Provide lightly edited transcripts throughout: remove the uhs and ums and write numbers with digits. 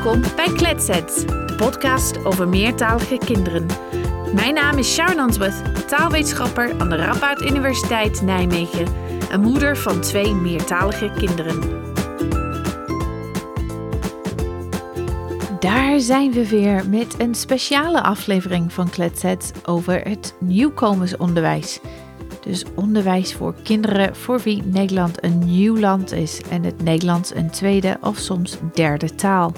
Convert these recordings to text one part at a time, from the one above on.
Welkom bij Kletsets, de podcast over meertalige kinderen. Mijn naam is Sharon Answorth, taalwetenschapper aan de Radboud Universiteit Nijmegen en moeder van 2 meertalige kinderen. Daar zijn we weer met een speciale aflevering van Kletsets over het nieuwkomersonderwijs. Dus onderwijs voor kinderen voor wie Nederland een nieuw land is en het Nederlands een tweede of soms derde taal.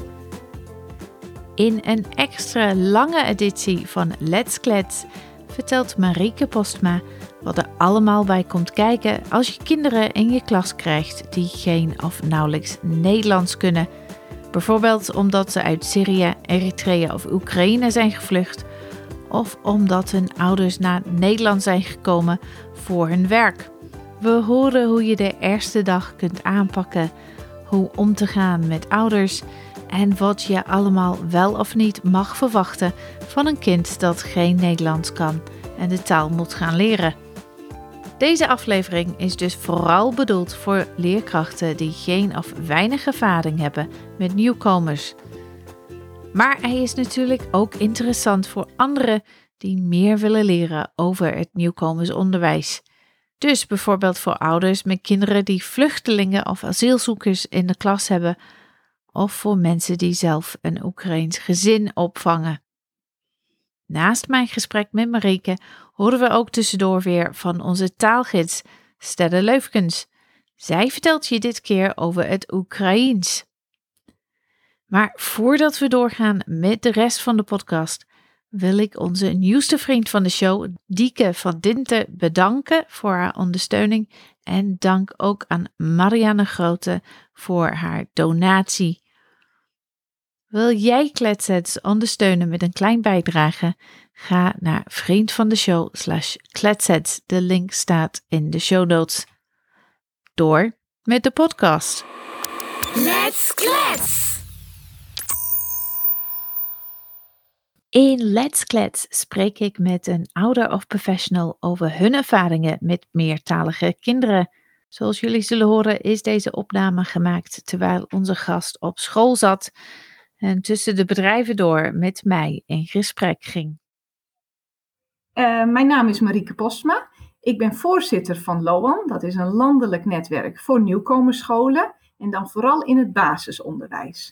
In een extra lange editie van Let's Klets vertelt Marieke Postma wat er allemaal bij komt kijken als je kinderen in je klas krijgt die geen of nauwelijks Nederlands kunnen. Bijvoorbeeld omdat ze uit Syrië, Eritrea of Oekraïne zijn gevlucht, of omdat hun ouders naar Nederland zijn gekomen voor hun werk. We horen hoe je de eerste dag kunt aanpakken, hoe om te gaan met ouders en wat je allemaal wel of niet mag verwachten van een kind dat geen Nederlands kan en de taal moet gaan leren. Deze aflevering is dus vooral bedoeld voor leerkrachten die geen of weinig ervaring hebben met nieuwkomers. Maar hij is natuurlijk ook interessant voor anderen die meer willen leren over het nieuwkomersonderwijs. Dus bijvoorbeeld voor ouders met kinderen die vluchtelingen of asielzoekers in de klas hebben, of voor mensen die zelf een Oekraïens gezin opvangen. Naast mijn gesprek met Marieke horen we ook tussendoor weer van onze taalgids Stella Leufkens. Zij vertelt je dit keer over het Oekraïens. Maar voordat we doorgaan met de rest van de podcast, wil ik onze nieuwste vriend van de show, Dieke van Dinten, bedanken voor haar ondersteuning en dank ook aan Marianne Grote voor haar donatie. Wil jij Kletsets ondersteunen met een klein bijdrage? Ga naar vriendvandeshow.com/kletsets. De link staat in de show notes. Door met de podcast. Let's Klets! In Let's Klets spreek ik met een ouder of professional over hun ervaringen met meertalige kinderen. Zoals jullie zullen horen is deze opname gemaakt terwijl onze gast op school zat en tussen de bedrijven door met mij in gesprek ging. Mijn naam is Marieke Postma. Ik ben voorzitter van LOAN. Dat is een landelijk netwerk voor nieuwkomersscholen en dan vooral in het basisonderwijs.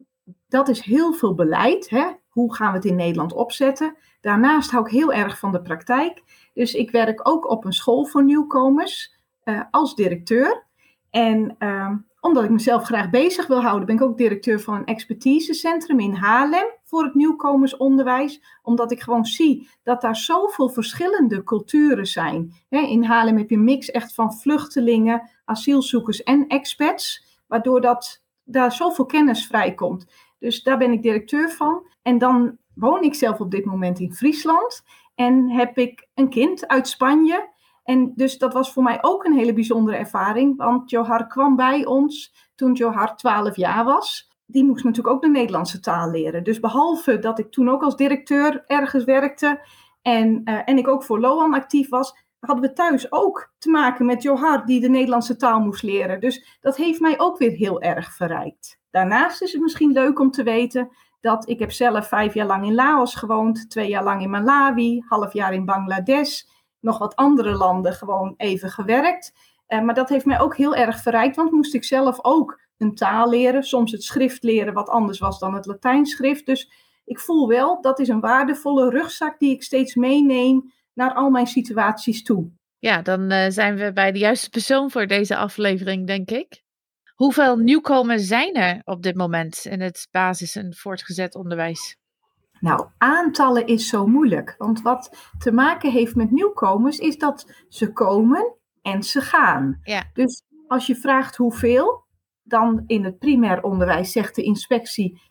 Dat is heel veel beleid. Hè? Hoe gaan we het in Nederland opzetten? Daarnaast hou ik heel erg van de praktijk. Dus ik werk ook op een school voor nieuwkomers als directeur. En omdat ik mezelf graag bezig wil houden, ben ik ook directeur van een expertisecentrum in Haarlem voor het nieuwkomersonderwijs. Omdat ik gewoon zie dat daar zoveel verschillende culturen zijn. In Haarlem heb je een mix echt van vluchtelingen, asielzoekers en expats. Waardoor daar zoveel kennis vrijkomt. Dus daar ben ik directeur van. En dan woon ik zelf op dit moment in Friesland. En heb ik een kind uit Spanje. En dus dat was voor mij ook een hele bijzondere ervaring. Want Johar kwam bij ons toen Johar 12 jaar was. Die moest natuurlijk ook de Nederlandse taal leren. Dus behalve dat ik toen ook als directeur ergens werkte. En ik ook voor LOAN actief was, hadden we thuis ook te maken met Johar die de Nederlandse taal moest leren. Dus dat heeft mij ook weer heel erg verrijkt. Daarnaast is het misschien leuk om te weten dat ik heb zelf 5 jaar lang in Laos gewoond, 2 jaar lang in Malawi, half jaar in Bangladesh, nog wat andere landen gewoon even gewerkt. Maar dat heeft mij ook heel erg verrijkt, want moest ik zelf ook een taal leren, soms het schrift leren wat anders was dan het Latijnschrift. Dus ik voel wel, dat is een waardevolle rugzak die ik steeds meeneem naar al mijn situaties toe. Ja, dan zijn we bij de juiste persoon voor deze aflevering, denk ik. Hoeveel nieuwkomers zijn er op dit moment in het basis- en voortgezet onderwijs? Nou, aantallen is zo moeilijk. Want wat te maken heeft met nieuwkomers is dat ze komen en ze gaan. Ja. Dus als je vraagt hoeveel, dan in het primair onderwijs zegt de inspectie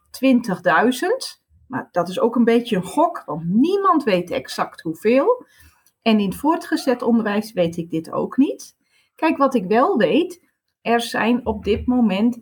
20.000. Maar dat is ook een beetje een gok, want niemand weet exact hoeveel. En in het voortgezet onderwijs weet ik dit ook niet. Kijk, wat ik wel weet, er zijn op dit moment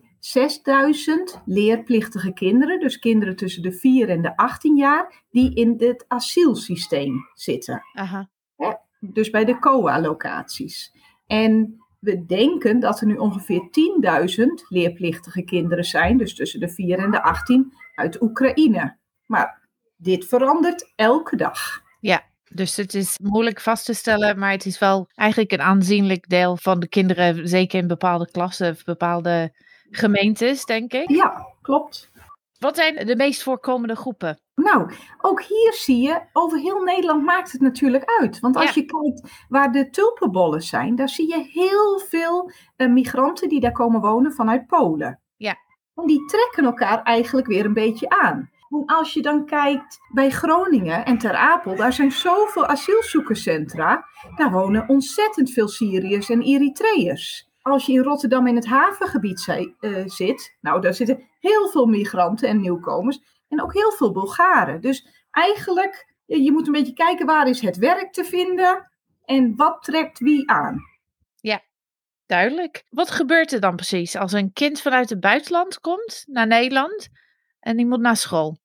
6.000 leerplichtige kinderen, dus kinderen tussen de 4 en de 18 jaar, die in het asielsysteem zitten. Aha. Dus bij de COA-locaties. En we denken dat er nu ongeveer 10.000 leerplichtige kinderen zijn, dus tussen de 4 en de 18, uit Oekraïne. Maar dit verandert elke dag. Ja, dus het is moeilijk vast te stellen, maar het is wel eigenlijk een aanzienlijk deel van de kinderen, zeker in bepaalde klassen of bepaalde gemeentes, denk ik. Ja, klopt. Wat zijn de meest voorkomende groepen? Nou, ook hier zie je, over heel Nederland maakt het natuurlijk uit. Want als je kijkt waar de tulpenbollen zijn, daar zie je heel veel migranten die daar komen wonen vanuit Polen. Ja. En die trekken elkaar eigenlijk weer een beetje aan. En als je dan kijkt bij Groningen en Ter Apel, daar zijn zoveel asielzoekerscentra. Daar wonen ontzettend veel Syriërs en Eritreërs. Als je in Rotterdam in het havengebied zit, nou daar zitten heel veel migranten en nieuwkomers. En ook heel veel Bulgaren. Dus eigenlijk, je moet een beetje kijken waar is het werk te vinden en wat trekt wie aan. Ja, duidelijk. Wat gebeurt er dan precies als een kind vanuit het buitenland komt naar Nederland en die moet naar school?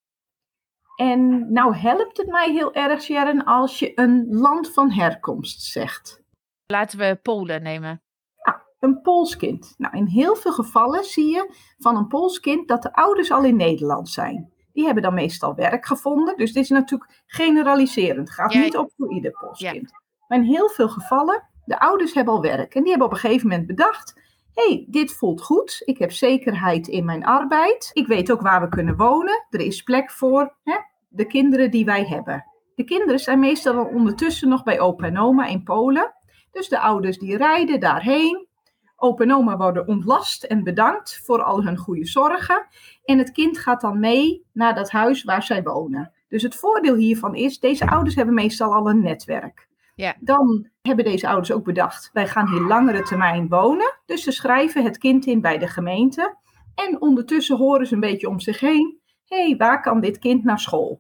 En nou helpt het mij heel erg, Sharon, als je een land van herkomst zegt. Laten we Polen nemen. Een Pools kind. Nou, in heel veel gevallen zie je van een Pools kind dat de ouders al in Nederland zijn. Die hebben dan meestal werk gevonden. Dus dit is natuurlijk generaliserend. Het gaat niet op voor ieder Pools kind. Maar in heel veel gevallen, de ouders hebben al werk. En die hebben op een gegeven moment bedacht, hey, dit voelt goed. Ik heb zekerheid in mijn arbeid. Ik weet ook waar we kunnen wonen. Er is plek voor de kinderen die wij hebben. De kinderen zijn meestal al ondertussen nog bij opa en oma in Polen. Dus de ouders die rijden daarheen. Opa en oma worden ontlast en bedankt voor al hun goede zorgen. En het kind gaat dan mee naar dat huis waar zij wonen. Dus het voordeel hiervan is, deze ouders hebben meestal al een netwerk. Ja. Dan hebben deze ouders ook bedacht, wij gaan hier langere termijn wonen. Dus ze schrijven het kind in bij de gemeente. En ondertussen horen ze een beetje om zich heen. Hé, waar kan dit kind naar school?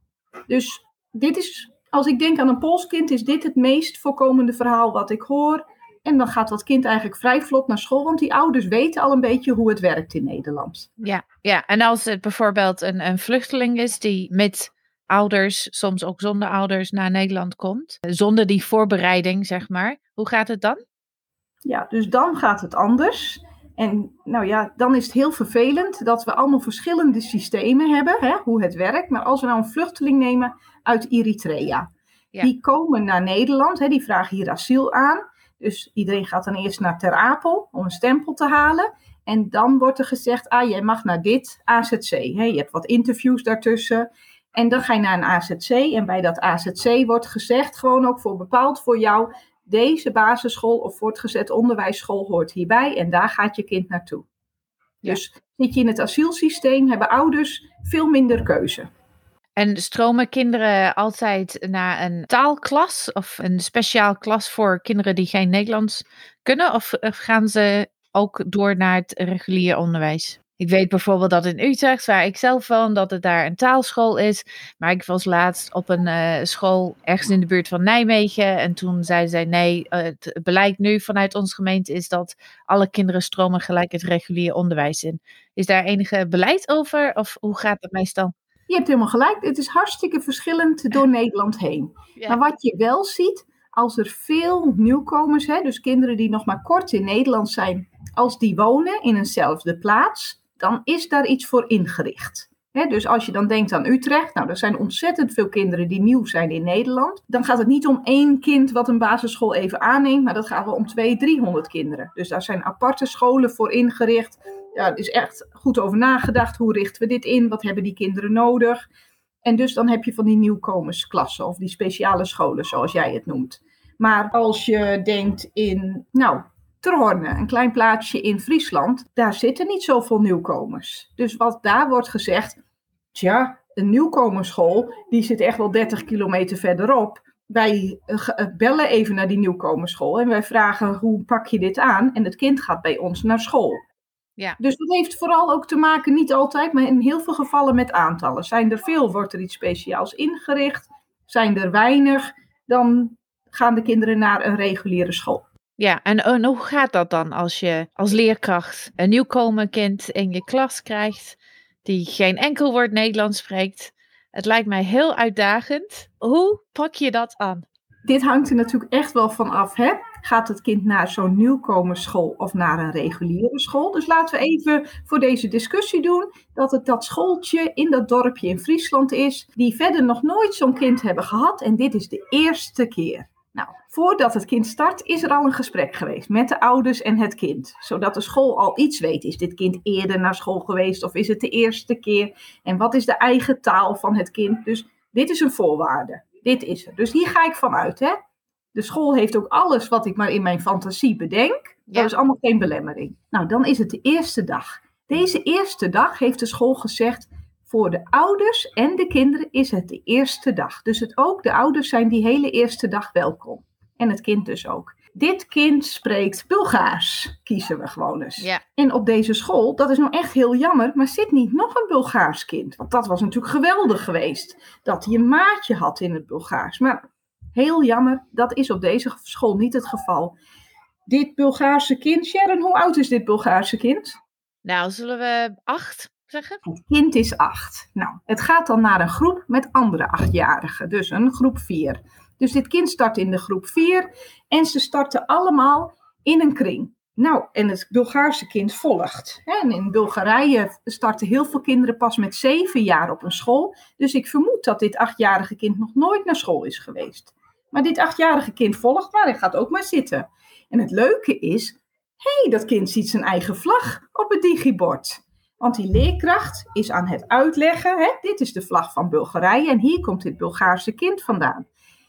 Dus dit is, als ik denk aan een Pools kind, is dit het meest voorkomende verhaal wat ik hoor. En dan gaat dat kind eigenlijk vrij vlot naar school, want die ouders weten al een beetje hoe het werkt in Nederland. Ja. En als het bijvoorbeeld een vluchteling is die met ouders, soms ook zonder ouders, naar Nederland komt, zonder die voorbereiding, zeg maar, hoe gaat het dan? Ja, dus dan gaat het anders. En nou ja, dan is het heel vervelend dat we allemaal verschillende systemen hebben, hoe het werkt. Maar als we nou een vluchteling nemen uit Eritrea, die komen naar Nederland, die vragen hier asiel aan. Dus iedereen gaat dan eerst naar Ter Apel om een stempel te halen. En dan wordt er gezegd, jij mag naar dit AZC. Je hebt wat interviews daartussen. En dan ga je naar een AZC. En bij dat AZC wordt gezegd, gewoon ook bepaald voor jou, deze basisschool of voortgezet onderwijsschool hoort hierbij. En daar gaat je kind naartoe. Ja. Dus zit je in het asielsysteem, hebben ouders veel minder keuze. En stromen kinderen altijd naar een taalklas of een speciaal klas voor kinderen die geen Nederlands kunnen? Of gaan ze ook door naar het regulier onderwijs? Ik weet bijvoorbeeld dat in Utrecht, waar ik zelf woon, dat het daar een taalschool is. Maar ik was laatst op een school ergens in de buurt van Nijmegen. En toen zeiden zij, nee, het beleid nu vanuit onze gemeente is dat alle kinderen stromen gelijk het regulier onderwijs in. Is daar enige beleid over? Of hoe gaat het meestal? Je hebt helemaal gelijk. Het is hartstikke verschillend door Nederland heen. Ja. Maar wat je wel ziet, als er veel nieuwkomers, dus kinderen die nog maar kort in Nederland zijn, als die wonen in eenzelfde plaats, dan is daar iets voor ingericht. Dus als je dan denkt aan Utrecht, nou, er zijn ontzettend veel kinderen die nieuw zijn in Nederland. Dan gaat het niet om 1 kind wat een basisschool even aanneemt, maar dat gaat wel om 200-300 kinderen. Dus daar zijn aparte scholen voor ingericht. Ja, er is echt goed over nagedacht. Hoe richten we dit in? Wat hebben die kinderen nodig? En dus dan heb je van die nieuwkomersklassen of die speciale scholen, zoals jij het noemt. Maar als je denkt in, Terhorne, een klein plaatsje in Friesland, daar zitten niet zoveel nieuwkomers. Dus wat daar wordt gezegd, een nieuwkomersschool, die zit echt wel 30 kilometer verderop. Wij bellen even naar die nieuwkomersschool en wij vragen, hoe pak je dit aan? En het kind gaat bij ons naar school. Ja. Dus dat heeft vooral ook te maken, niet altijd, maar in heel veel gevallen met aantallen. Zijn er veel, wordt er iets speciaals ingericht. Zijn er weinig, dan gaan de kinderen naar een reguliere school. Ja, en hoe gaat dat dan als je als leerkracht een nieuwkomer kind in je klas krijgt die geen enkel woord Nederlands spreekt? Het lijkt mij heel uitdagend. Hoe pak je dat aan? Dit hangt er natuurlijk echt wel van af. Gaat het kind naar zo'n nieuwkomersschool of naar een reguliere school? Dus laten we even voor deze discussie doen dat het dat schooltje in dat dorpje in Friesland is, die verder nog nooit zo'n kind hebben gehad en dit is de eerste keer. Nou, voordat het kind start is er al een gesprek geweest met de ouders en het kind. Zodat de school al iets weet. Is dit kind eerder naar school geweest of is het de eerste keer? En wat is de eigen taal van het kind? Dus dit is een voorwaarde. Dit is er. Dus hier ga ik vanuit. Hè? De school heeft ook alles wat ik maar in mijn fantasie bedenk. Dat is allemaal geen belemmering. Nou, dan is het de eerste dag. Deze eerste dag heeft de school gezegd, voor de ouders en de kinderen is het de eerste dag. Dus de ouders zijn die hele eerste dag welkom. En het kind dus ook. Dit kind spreekt Bulgaars, kiezen we gewoon eens. Ja. En op deze school, dat is nou echt heel jammer, maar zit niet nog een Bulgaars kind. Want dat was natuurlijk geweldig geweest, dat hij een maatje had in het Bulgaars. Maar heel jammer, dat is op deze school niet het geval. Dit Bulgaarse kind, Sharon, hoe oud is dit Bulgaarse kind? Nou, zullen we 8 zeggen? Het kind is 8. Nou, het gaat dan naar een groep met andere 8-jarigen, dus een groep 4. Dus dit kind start in de groep 4 en ze starten allemaal in een kring. Nou, en het Bulgaarse kind volgt. En in Bulgarije starten heel veel kinderen pas met 7 jaar op een school. Dus ik vermoed dat dit 8-jarige kind nog nooit naar school is geweest. Maar dit 8-jarige kind volgt maar en gaat ook maar zitten. En het leuke is, dat kind ziet zijn eigen vlag op het digibord. Want die leerkracht is aan het uitleggen, dit is de vlag van Bulgarije en hier komt dit Bulgaarse kind vandaan.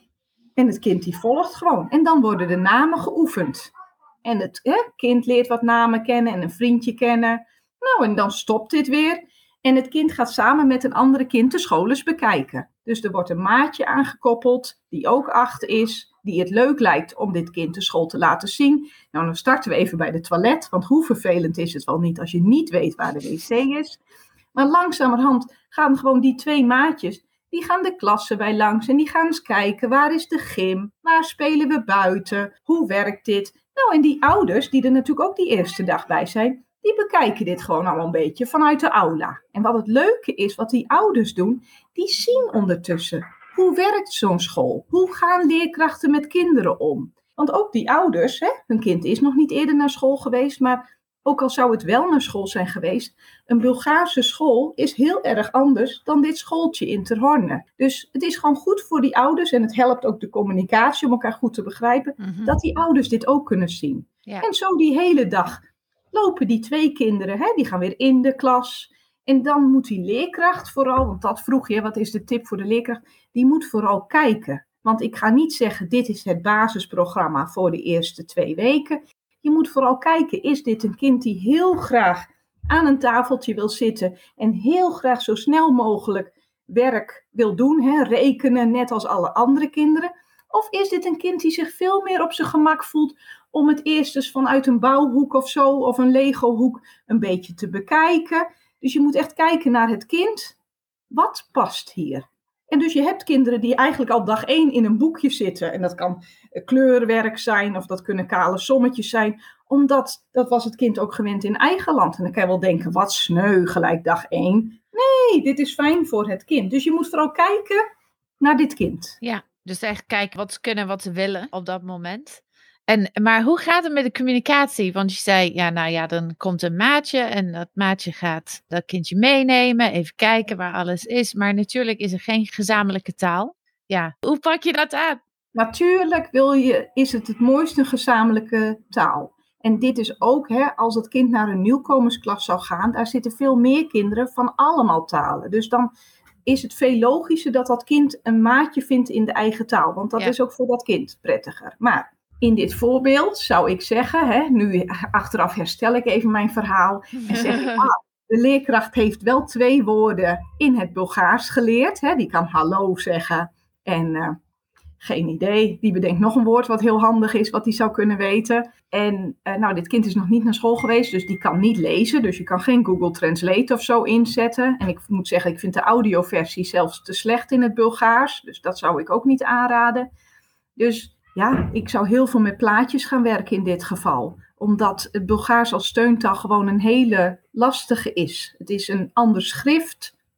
En het kind die volgt gewoon. En dan worden de namen geoefend. En het kind leert wat namen kennen en een vriendje kennen. Nou, en dan stopt dit weer. En het kind gaat samen met een andere kind de school eens bekijken. Dus er wordt een maatje aangekoppeld, die ook 8 is, die het leuk lijkt om dit kind de school te laten zien. Nou, dan starten we even bij de toilet, want hoe vervelend is het wel niet als je niet weet waar de wc is. Maar langzamerhand gaan gewoon die 2 maatjes, die gaan de klassen bij langs en die gaan eens kijken, waar is de gym, waar spelen we buiten, hoe werkt dit? Nou, en die ouders, die er natuurlijk ook die eerste dag bij zijn, die bekijken dit gewoon allemaal een beetje vanuit de aula. En wat het leuke is, wat die ouders doen, die zien ondertussen, hoe werkt zo'n school? Hoe gaan leerkrachten met kinderen om? Want ook die ouders, hun kind is nog niet eerder naar school geweest, maar ook al zou het wel naar school zijn geweest, een Bulgaarse school is heel erg anders dan dit schooltje in Ter Horne. Dus het is gewoon goed voor die ouders en het helpt ook de communicatie om elkaar goed te begrijpen, dat die ouders dit ook kunnen zien. Ja. En zo die hele dag lopen die 2 kinderen, die gaan weer in de klas. En dan moet die leerkracht vooral, want dat vroeg je, wat is de tip voor de leerkracht? Die moet vooral kijken. Want ik ga niet zeggen, dit is het basisprogramma voor de eerste 2 weken. Je moet vooral kijken, is dit een kind die heel graag aan een tafeltje wil zitten en heel graag zo snel mogelijk werk wil doen, rekenen net als alle andere kinderen? Of is dit een kind die zich veel meer op zijn gemak voelt om het eerst eens vanuit een bouwhoek of zo, of een Lego-hoek, een beetje te bekijken? Dus je moet echt kijken naar het kind. Wat past hier? En dus je hebt kinderen die eigenlijk al dag 1 in een boekje zitten. En dat kan kleurwerk zijn of dat kunnen kale sommetjes zijn. Omdat, dat was het kind ook gewend in eigen land. En dan kan je wel denken, wat sneu gelijk dag 1. Nee, dit is fijn voor het kind. Dus je moet vooral kijken naar dit kind. Ja, dus echt kijken wat ze kunnen, wat ze willen op dat moment. Maar hoe gaat het met de communicatie? Want je zei, dan komt een maatje en dat maatje gaat dat kindje meenemen, even kijken waar alles is. Maar natuurlijk is er geen gezamenlijke taal. Ja, hoe pak je dat aan? Natuurlijk is het mooiste een gezamenlijke taal. En dit is ook, als het kind naar een nieuwkomersklas zou gaan, daar zitten veel meer kinderen van allemaal talen. Dus dan is het veel logischer dat dat kind een maatje vindt in de eigen taal. Want dat is ook voor dat kind prettiger. Maar in dit voorbeeld zou ik zeggen, nu achteraf herstel ik even mijn verhaal. En zeg ik, de leerkracht heeft wel 2 woorden in het Bulgaars geleerd. Die kan hallo zeggen en geen idee. Die bedenkt nog een woord wat heel handig is, wat hij zou kunnen weten. En dit kind is nog niet naar school geweest, dus die kan niet lezen. Dus je kan geen Google Translate of zo inzetten. En ik moet zeggen, ik vind de audioversie zelfs te slecht in het Bulgaars. Dus dat zou ik ook niet aanraden. Dus ja, ik zou heel veel met plaatjes gaan werken in dit geval. Omdat het Bulgaars als steuntaal gewoon een hele lastige is. Het is een ander schrift,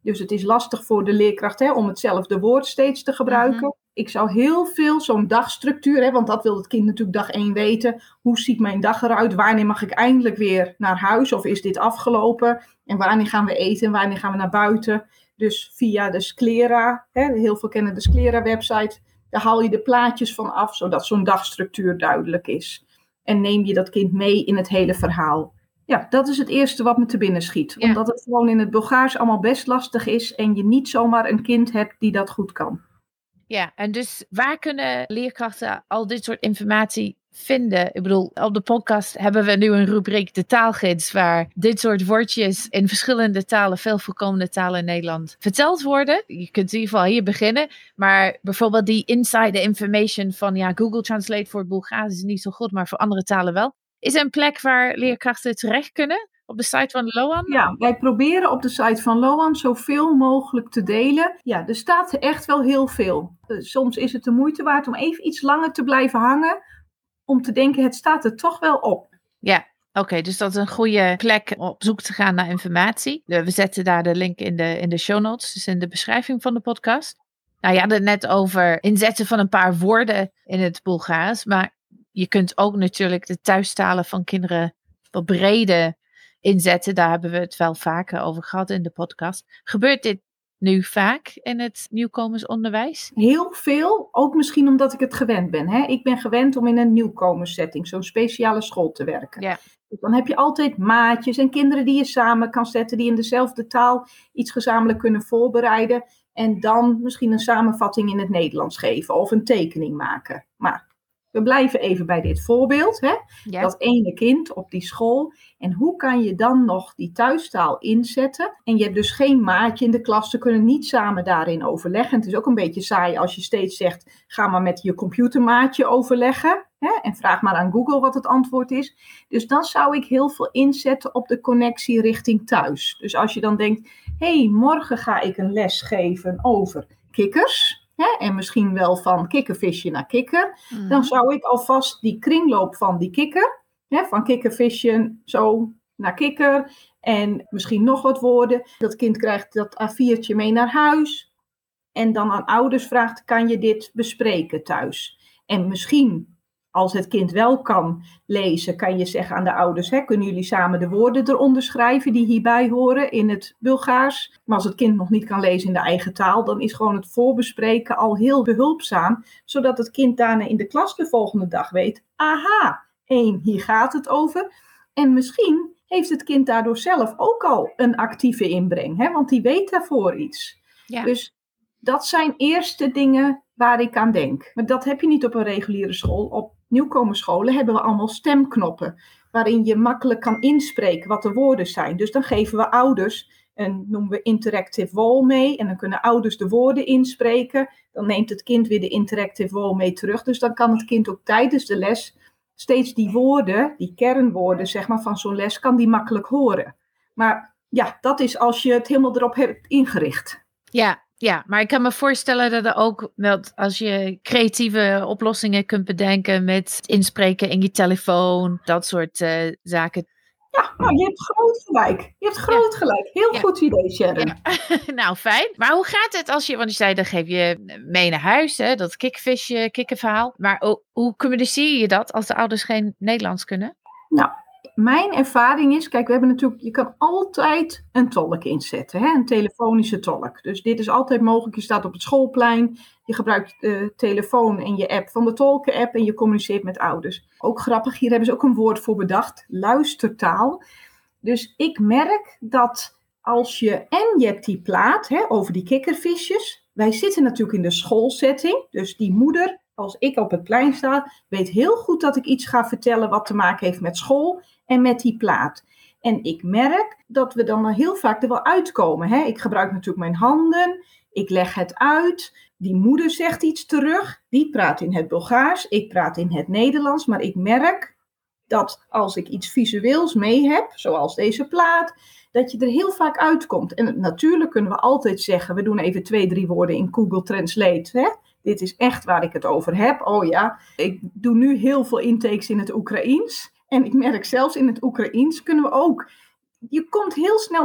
Dus het is lastig voor de leerkracht om hetzelfde woord steeds te gebruiken. Mhm. Ik zou heel veel zo'n dagstructuur, want dat wil het kind natuurlijk dag 1 weten. Hoe ziet mijn dag eruit? Wanneer mag ik eindelijk weer naar huis? Of is dit afgelopen? En wanneer gaan we eten? En wanneer gaan we naar buiten? Dus via de Sclera, heel veel kennen de Sclera-website. Daar haal je de plaatjes van af, zodat zo'n dagstructuur duidelijk is. En neem je dat kind mee in het hele verhaal. Ja, dat is het eerste wat me te binnen schiet. Ja. Omdat het gewoon in het Bulgaars allemaal best lastig is en je niet zomaar een kind hebt die dat goed kan. Ja, en dus waar kunnen leerkrachten al dit soort informatie vinden? Ik bedoel, op de podcast hebben we nu een rubriek de taalgids waar dit soort woordjes in verschillende talen, veel voorkomende talen in Nederland, verteld worden. Je kunt in ieder geval hier beginnen, maar bijvoorbeeld die insider information van Google Translate voor het Bulgaars is niet zo goed, maar voor andere talen wel. Is er een plek waar leerkrachten terecht kunnen? Op de site van Loan? Ja, wij proberen op de site van Loan zoveel mogelijk te delen. Ja, er staat echt wel heel veel. Soms is het de moeite waard om even iets langer te blijven hangen. Om te denken, het staat er toch wel op. Ja, oké, dus dat is een goede plek om op zoek te gaan naar informatie. We zetten daar de link in de show notes, dus in de beschrijving van de podcast. Nou, je had het net over inzetten van een paar woorden in het Bulgaars. Maar je kunt ook natuurlijk de thuistalen van kinderen wat breder inzetten. Daar hebben we het wel vaker over gehad in de podcast. Gebeurt dit nu vaak in het nieuwkomersonderwijs? Heel veel, ook misschien omdat ik het gewend ben. Ik ben gewend om in een nieuwkomerssetting, zo'n speciale school te werken. Ja. Dus dan heb je altijd maatjes en kinderen die je samen kan zetten, die in dezelfde taal iets gezamenlijk kunnen voorbereiden. En dan misschien een samenvatting in het Nederlands geven of een tekening maken. Maar we blijven even bij dit voorbeeld. Ja. Dat ene kind op die school. En hoe kan je dan nog die thuistaal inzetten? En je hebt dus geen maatje in de klas. Ze kunnen niet samen daarin overleggen. Het is ook een beetje saai als je steeds zegt, ga maar met je computermaatje overleggen. En vraag maar aan Google wat het antwoord is. Dus dan zou ik heel veel inzetten op de connectie richting thuis. Dus als je dan denkt, morgen ga ik een les geven over kikkers. En misschien wel van kikkervisje naar kikker. Mhm. Dan zou ik alvast die kringloop van die kikker, van kikkervisje zo naar kikker. En misschien nog wat woorden. Dat kind krijgt dat A4'tje mee naar huis. En dan aan ouders vraagt, kan je dit bespreken thuis? En misschien, als het kind wel kan lezen, kan je zeggen aan de ouders, kunnen jullie samen de woorden eronder schrijven die hierbij horen in het Bulgaars? Maar als het kind nog niet kan lezen in de eigen taal, dan is gewoon het voorbespreken al heel behulpzaam, zodat het kind daarna in de klas de volgende dag weet, aha, hier gaat het over. En misschien heeft het kind daardoor zelf ook al een actieve inbreng, want die weet daarvoor iets. Ja. Dus dat zijn eerste dingen waar ik aan denk. Maar dat heb je niet op een reguliere school. Op nieuwkomersscholen hebben we allemaal stemknoppen, waarin je makkelijk kan inspreken wat de woorden zijn. Dus dan geven we ouders noemen we interactive wall mee. En dan kunnen ouders de woorden inspreken. Dan neemt het kind weer de interactive wall mee terug. Dus dan kan het kind ook tijdens de les steeds die woorden, die kernwoorden zeg maar van zo'n les, kan die makkelijk horen. Maar ja, dat is als je het helemaal erop hebt ingericht. Ja, maar ik kan me voorstellen dat er ook, als je creatieve oplossingen kunt bedenken met inspreken in je telefoon, dat soort zaken. Ja, nou, je hebt groot gelijk. Gelijk. Heel goed idee, Sharon. Ja. Nou, fijn. Maar hoe gaat het als je, want je zei, dan geef je mee naar huis, dat kikkerverhaal. Maar hoe communiceer je dat als de ouders geen Nederlands kunnen? Nou, mijn ervaring is, kijk, we hebben natuurlijk, je kan altijd een tolk inzetten, een telefonische tolk. Dus dit is altijd mogelijk. Je staat op het schoolplein, je gebruikt de telefoon en je app van de tolken-app en je communiceert met ouders. Ook grappig, hier hebben ze ook een woord voor bedacht, luistertaal. Dus ik merk dat als je hebt die plaat over die kikkervisjes. Wij zitten natuurlijk in de schoolsetting, dus die moeder, als ik op het plein sta, weet heel goed dat ik iets ga vertellen wat te maken heeft met school en met die plaat. En ik merk dat we dan heel vaak er wel uitkomen. Ik gebruik natuurlijk mijn handen, ik leg het uit. Die moeder zegt iets terug, die praat in het Bulgaars, ik praat in het Nederlands. Maar ik merk dat als ik iets visueels mee heb, zoals deze plaat, dat je er heel vaak uitkomt. En natuurlijk kunnen we altijd zeggen, we doen even 2-3 woorden in Google Translate. Dit is echt waar ik het over heb. Oh ja, ik doe nu heel veel intakes in het Oekraïens. En ik merk zelfs in het Oekraïens kunnen we ook. Je komt heel snel na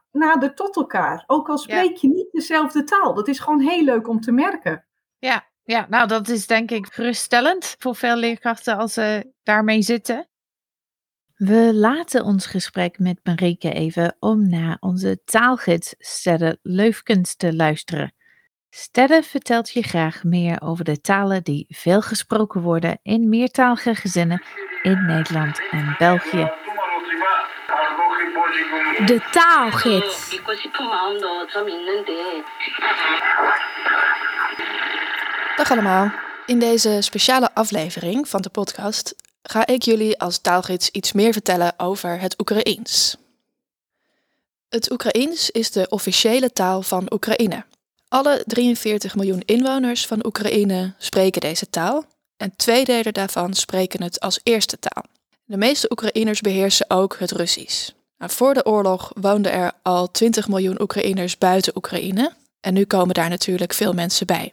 nader tot elkaar. Ook al spreek je niet dezelfde taal. Dat is gewoon heel leuk om te merken. Ja, nou dat is denk ik geruststellend voor veel leerkrachten als ze daarmee zitten. We laten ons gesprek met Marieke even om naar onze taalgids Stedde Leufkens te luisteren. Stedde vertelt je graag meer over de talen die veel gesproken worden in meertalige gezinnen in Nederland en België. De taalgids. Dag allemaal. In deze speciale aflevering van de podcast ga ik jullie als taalgids iets meer vertellen over het Oekraïens. Het Oekraïens is de officiële taal van Oekraïne. Alle 43 miljoen inwoners van Oekraïne spreken deze taal en 2/3 daarvan spreken het als eerste taal. De meeste Oekraïners beheersen ook het Russisch. Nou, voor de oorlog woonden er al 20 miljoen Oekraïners buiten Oekraïne en nu komen daar natuurlijk veel mensen bij.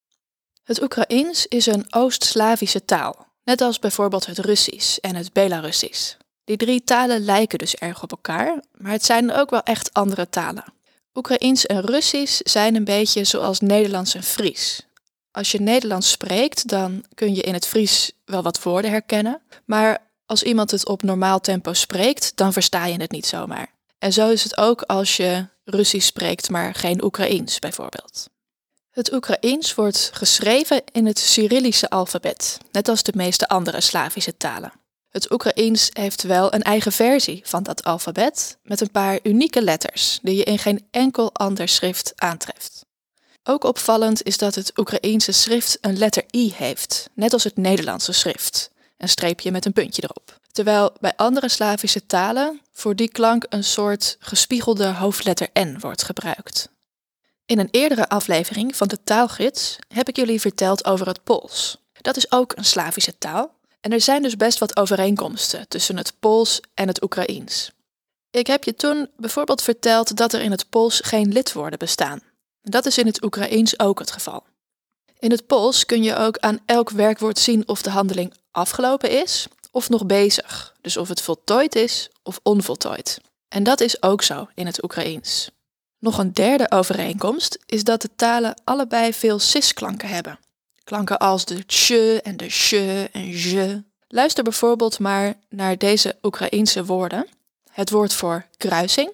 Het Oekraïens is een Oost-Slavische taal, net als bijvoorbeeld het Russisch en het Belarussisch. Die 3 talen lijken dus erg op elkaar, maar het zijn ook wel echt andere talen. Oekraïens en Russisch zijn een beetje zoals Nederlands en Fries. Als je Nederlands spreekt, dan kun je in het Fries wel wat woorden herkennen, maar als iemand het op normaal tempo spreekt, dan versta je het niet zomaar. En zo is het ook als je Russisch spreekt, maar geen Oekraïens bijvoorbeeld. Het Oekraïens wordt geschreven in het Cyrillische alfabet, net als de meeste andere Slavische talen. Het Oekraïens heeft wel een eigen versie van dat alfabet, met een paar unieke letters die je in geen enkel ander schrift aantreft. Ook opvallend is dat het Oekraïense schrift een letter I heeft, net als het Nederlandse schrift, een streepje met een puntje erop. Terwijl bij andere Slavische talen voor die klank een soort gespiegelde hoofdletter N wordt gebruikt. In een eerdere aflevering van de taalgids heb ik jullie verteld over het Pools. Dat is ook een Slavische taal en er zijn dus best wat overeenkomsten tussen het Pools en het Oekraïens. Ik heb je toen bijvoorbeeld verteld dat er in het Pools geen lidwoorden bestaan. Dat is in het Oekraïens ook het geval. In het Pools kun je ook aan elk werkwoord zien of de handeling afgelopen is of nog bezig. Dus of het voltooid is of onvoltooid. En dat is ook zo in het Oekraïens. Nog een derde overeenkomst is dat de talen allebei veel cis-klanken hebben. Klanken als de tj en de sh en je. Luister bijvoorbeeld maar naar deze Oekraïense woorden. Het woord voor kruising.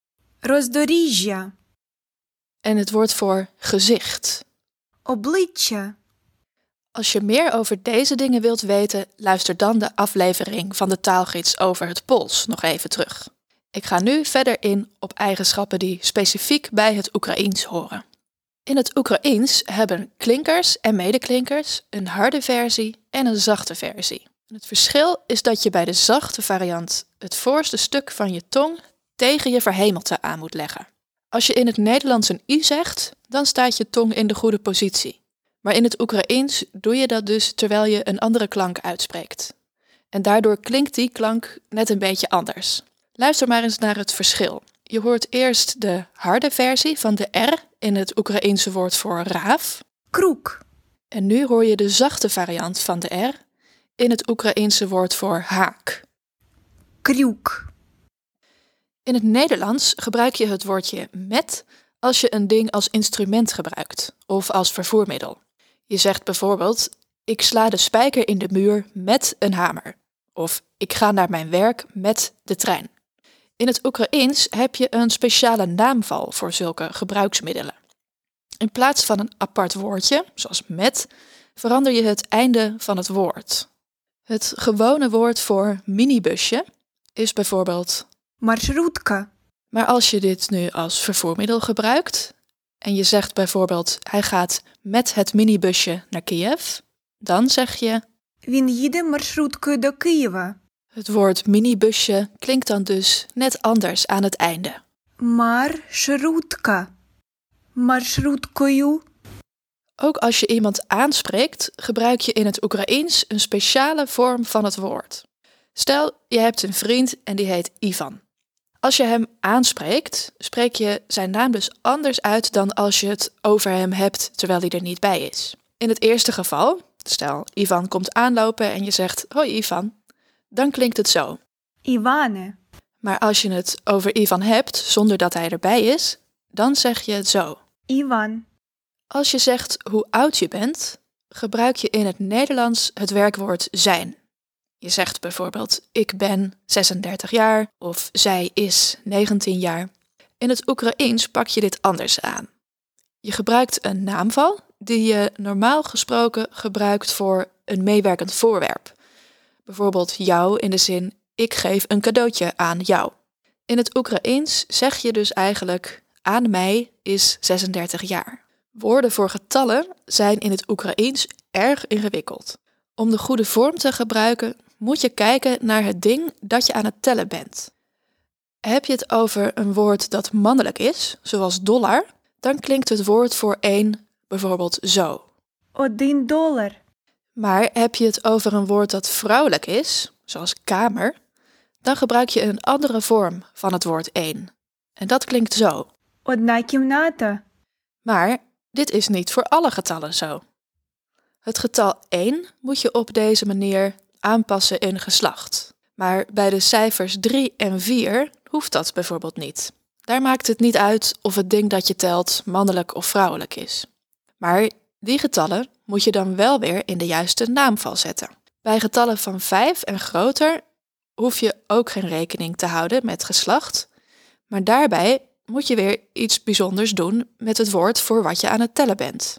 Rozdorіжжя. En het woord voor gezicht. Обличчя. Als je meer over deze dingen wilt weten, luister dan de aflevering van de taalgids over het Pools nog even terug. Ik ga nu verder in op eigenschappen die specifiek bij het Oekraïens horen. In het Oekraïens hebben klinkers en medeklinkers een harde versie en een zachte versie. Het verschil is dat je bij de zachte variant het voorste stuk van je tong tegen je verhemelte aan moet leggen. Als je in het Nederlands een i zegt, dan staat je tong in de goede positie. Maar in het Oekraïens doe je dat dus terwijl je een andere klank uitspreekt. En daardoor klinkt die klank net een beetje anders. Luister maar eens naar het verschil. Je hoort eerst de harde versie van de R in het Oekraïense woord voor raaf. Круг. En nu hoor je de zachte variant van de R in het Oekraïense woord voor haak. Крюк. In het Nederlands gebruik je het woordje met als je een ding als instrument gebruikt of als vervoermiddel. Je zegt bijvoorbeeld, ik sla de spijker in de muur met een hamer. Of ik ga naar mijn werk met de trein. In het Oekraïens heb je een speciale naamval voor zulke gebruiksmiddelen. In plaats van een apart woordje, zoals met, verander je het einde van het woord. Het gewone woord voor minibusje is bijvoorbeeld Маршрутка. Maar als je dit nu als vervoermiddel gebruikt en je zegt bijvoorbeeld hij gaat met het minibusje naar Kiev, dan zeg je Він їде маршруткою до Києва. Het woord minibusje klinkt dan dus net anders aan het einde. Маршрутка. Маршруткою. Ook als je iemand aanspreekt, gebruik je in het Oekraïens een speciale vorm van het woord. Stel, je hebt een vriend en die heet Ivan. Als je hem aanspreekt, spreek je zijn naam dus anders uit dan als je het over hem hebt terwijl hij er niet bij is. In het eerste geval, stel Ivan komt aanlopen en je zegt hoi Ivan, dan klinkt het zo. Іване. Maar als je het over Ivan hebt zonder dat hij erbij is, dan zeg je het zo. Иван. Als je zegt hoe oud je bent, gebruik je in het Nederlands het werkwoord zijn. Je zegt bijvoorbeeld ik ben 36 jaar of zij is 19 jaar. In het Oekraïens pak je dit anders aan. Je gebruikt een naamval die je normaal gesproken gebruikt voor een meewerkend voorwerp. Bijvoorbeeld jou in de zin ik geef een cadeautje aan jou. In het Oekraïens zeg je dus eigenlijk aan mij is 36 jaar. Woorden voor getallen zijn in het Oekraïens erg ingewikkeld. Om de goede vorm te gebruiken moet je kijken naar het ding dat je aan het tellen bent. Heb je het over een woord dat mannelijk is, zoals dollar, dan klinkt het woord voor 1 bijvoorbeeld zo. $1. Maar heb je het over een woord dat vrouwelijk is, zoals kamer, dan gebruik je een andere vorm van het woord 1. En dat klinkt zo. Одна кімната. Maar dit is niet voor alle getallen zo. Het getal 1 moet je op deze manier aanpassen in geslacht. Maar bij de cijfers 3 en 4 hoeft dat bijvoorbeeld niet. Daar maakt het niet uit of het ding dat je telt mannelijk of vrouwelijk is. Maar die getallen moet je dan wel weer in de juiste naamval zetten. Bij getallen van 5 en groter hoef je ook geen rekening te houden met geslacht, maar daarbij moet je weer iets bijzonders doen met het woord voor wat je aan het tellen bent.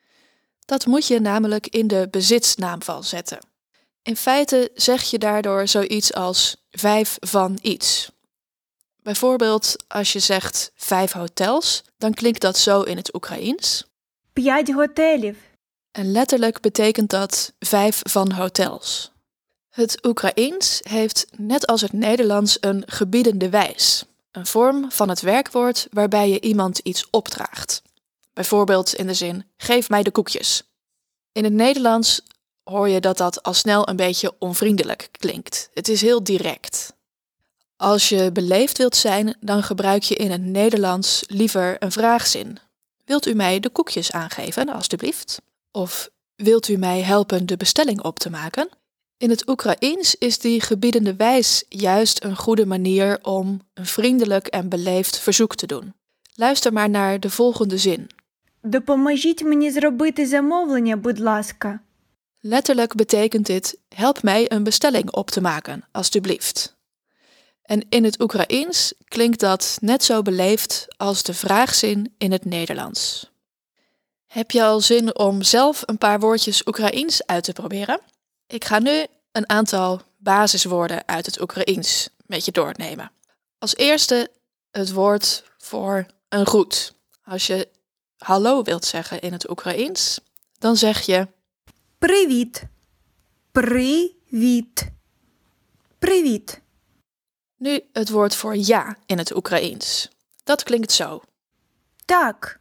Dat moet je namelijk in de bezitsnaamval zetten. In feite zeg je daardoor zoiets als 5 van iets. Bijvoorbeeld als je zegt 5 hotels, dan klinkt dat zo in het Oekraïens. 5 готелів. En letterlijk betekent dat 5 van hotels. Het Oekraïens heeft net als het Nederlands een gebiedende wijs. Een vorm van het werkwoord waarbij je iemand iets opdraagt. Bijvoorbeeld in de zin, geef mij de koekjes. In het Nederlands hoor je dat dat al snel een beetje onvriendelijk klinkt. Het is heel direct. Als je beleefd wilt zijn, dan gebruik je in het Nederlands liever een vraagzin. Wilt u mij de koekjes aangeven, alstublieft? Of wilt u mij helpen de bestelling op te maken? In het Oekraïens is die gebiedende wijs juist een goede manier om een vriendelijk en beleefd verzoek te doen. Luister maar naar de volgende zin. Допоможіть мені зробити замовлення, будь ласка. Letterlijk betekent dit, help mij een bestelling op te maken, alstublieft. En in het Oekraïens klinkt dat net zo beleefd als de vraagzin in het Nederlands. Heb je al zin om zelf een paar woordjes Oekraïens uit te proberen? Ik ga nu een aantal basiswoorden uit het Oekraïens met je doornemen. Als eerste het woord voor een groet. Als je hallo wilt zeggen in het Oekraïens, dan zeg je Привіт. Привіт. Привіт. nu het woord voor ja in het Oekraïens. Dat klinkt zo. Так.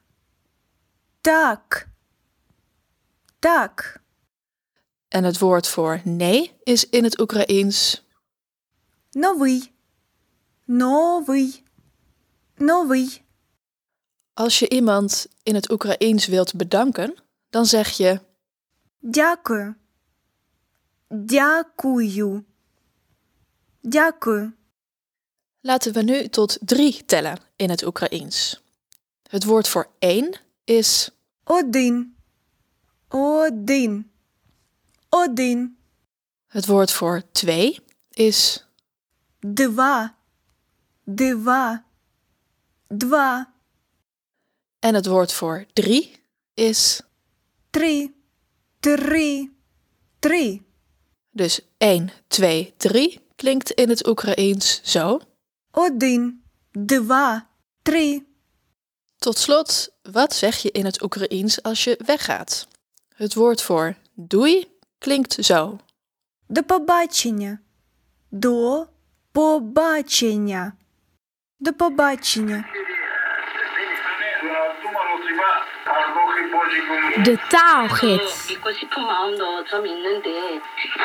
Так. Так. En het woord voor nee is in het Oekraïens Новий. Новий. Новий. als je iemand in het Oekraïens wilt bedanken, dan zeg je Дякую. Дякую. Дякую. Laten we nu tot 3 tellen in het Oekraïens. Het woord voor 1 is Один. Один. Один. het woord voor 2 is Два. Два. Два. en het woord voor 3 is Три. Три. Три. dus 1, 2, 3 klinkt in het Oekraïens zo. Один. Два. Три. Tot slot, wat zeg je in het Oekraïens als je weggaat? Het woord voor doei klinkt zo. До побачення. До побачення. До побачення. De taalgids. 믿고 싶은 마음도 좀 있는데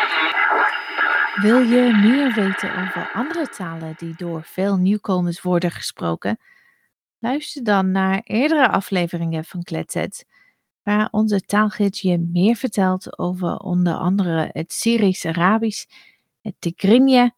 Wil je meer weten over andere talen die door veel nieuwkomers worden gesproken? Luister dan naar eerdere afleveringen van Kletset, waar onze taalgids je meer vertelt over onder andere het Syrisch-Arabisch, het Tigrinya,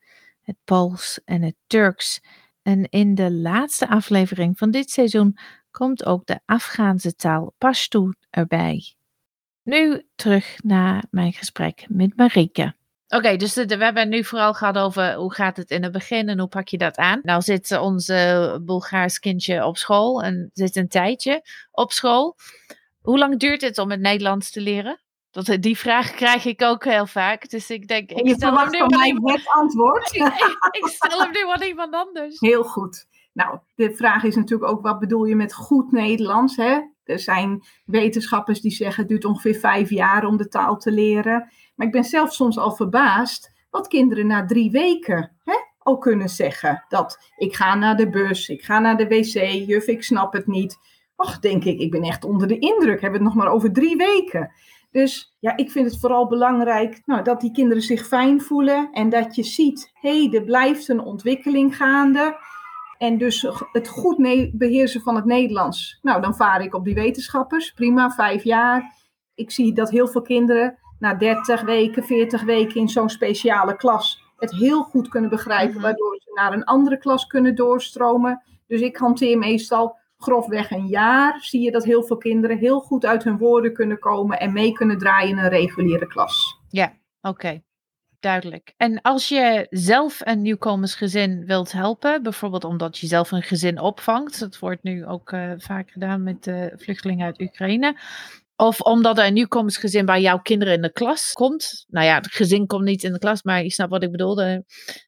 het Pools en het Turks. En in de laatste aflevering van dit seizoen komt ook de Afghaanse taal Pashto erbij. Nu terug naar mijn gesprek met Marieke. Oké, dus we hebben het nu vooral gehad over hoe gaat het in het begin en hoe pak je dat aan. Nou zit onze Bulgaars kindje op school en zit een tijdje op school. Hoe lang duurt het om het Nederlands te leren? Die vraag krijg ik ook heel vaak. Dus ik denk, En je verwacht van mij het antwoord. Ik stel hem nu aan iemand anders. Heel goed. Nou, de vraag is natuurlijk ook, wat bedoel je met goed Nederlands? Hè? Er zijn wetenschappers die zeggen, het duurt ongeveer 5 jaar om de taal te leren. Maar ik ben zelf soms al verbaasd wat kinderen na 3 weken al kunnen zeggen. Dat ik ga naar de bus, ik ga naar de wc, juf, ik snap het niet. Och, denk ik ben echt onder de indruk. Hebben we het nog maar over 3 weken. Dus ja, ik vind het vooral belangrijk dat die kinderen zich fijn voelen. En dat je ziet, er blijft een ontwikkeling gaande. En dus het goed beheersen van het Nederlands. Nou, dan vaar ik op die wetenschappers. Prima, 5 jaar. Ik zie dat heel veel kinderen na 30 weken, 40 weken in zo'n speciale klas het heel goed kunnen begrijpen. Waardoor ze naar een andere klas kunnen doorstromen. Dus ik hanteer meestal grofweg een jaar. Zie je dat heel veel kinderen heel goed uit hun woorden kunnen komen en mee kunnen draaien in een reguliere klas. Ja, oké. Duidelijk. En als je zelf een nieuwkomersgezin wilt helpen, bijvoorbeeld omdat je zelf een gezin opvangt, dat wordt nu ook vaak gedaan met de vluchtelingen uit Oekraïne, of omdat er een nieuwkomersgezin bij jouw kinderen in de klas komt. Nou ja, het gezin komt niet in de klas, maar je snapt wat ik bedoel. Er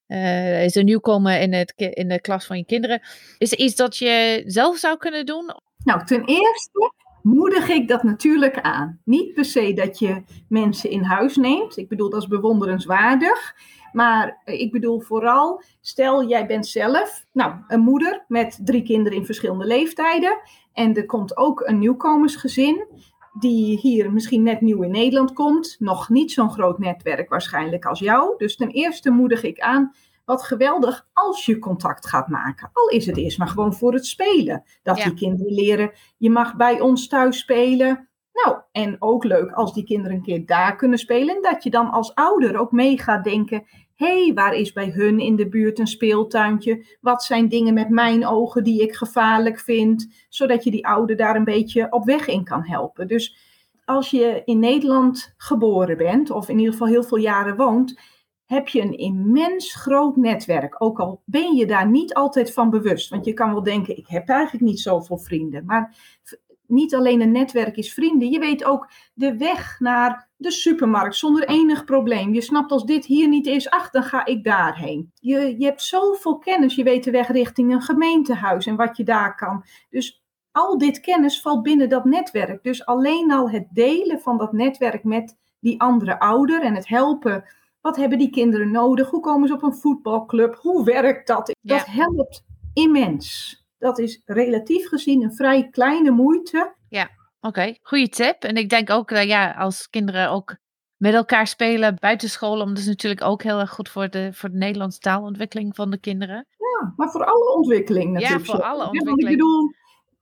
is een nieuwkomer in de klas van je kinderen. Is er iets dat je zelf zou kunnen doen? Nou, ten eerste moedig ik dat natuurlijk aan. Niet per se dat je mensen in huis neemt. Ik bedoel, dat is bewonderenswaardig. Maar ik bedoel vooral, stel jij bent zelf een moeder met 3 kinderen in verschillende leeftijden. En er komt ook een nieuwkomersgezin die hier misschien net nieuw in Nederland komt. Nog niet zo'n groot netwerk waarschijnlijk als jou. Dus ten eerste moedig ik aan, wat geweldig als je contact gaat maken. Al is het eerst maar gewoon voor het spelen. Dat die kinderen leren, je mag bij ons thuis spelen. Nou, en ook leuk als die kinderen een keer daar kunnen spelen. En dat je dan als ouder ook mee gaat denken, waar is bij hun in de buurt een speeltuintje? Wat zijn dingen met mijn ogen die ik gevaarlijk vind? Zodat je die ouder daar een beetje op weg in kan helpen. Dus als je in Nederland geboren bent, of in ieder geval heel veel jaren woont, heb je een immens groot netwerk. Ook al ben je daar niet altijd van bewust. Want je kan wel denken, ik heb eigenlijk niet zoveel vrienden. Maar niet alleen een netwerk is vrienden. Je weet ook de weg naar de supermarkt zonder enig probleem. Je snapt, als dit hier niet is, dan ga ik daarheen. Je hebt zoveel kennis. Je weet de weg richting een gemeentehuis en wat je daar kan. Dus al dit kennis valt binnen dat netwerk. Dus alleen al het delen van dat netwerk met die andere ouder en het helpen. Wat hebben die kinderen nodig? Hoe komen ze op een voetbalclub? Hoe werkt dat? Dat helpt immens. Dat is relatief gezien een vrij kleine moeite. Ja, oké. Goeie tip. En ik denk ook, als kinderen ook met elkaar spelen buiten school, dat is natuurlijk ook heel erg goed voor de Nederlandse taalontwikkeling van de kinderen. Ja, maar voor alle ontwikkeling natuurlijk. Ja, voor alle ontwikkeling. Want ik bedoel,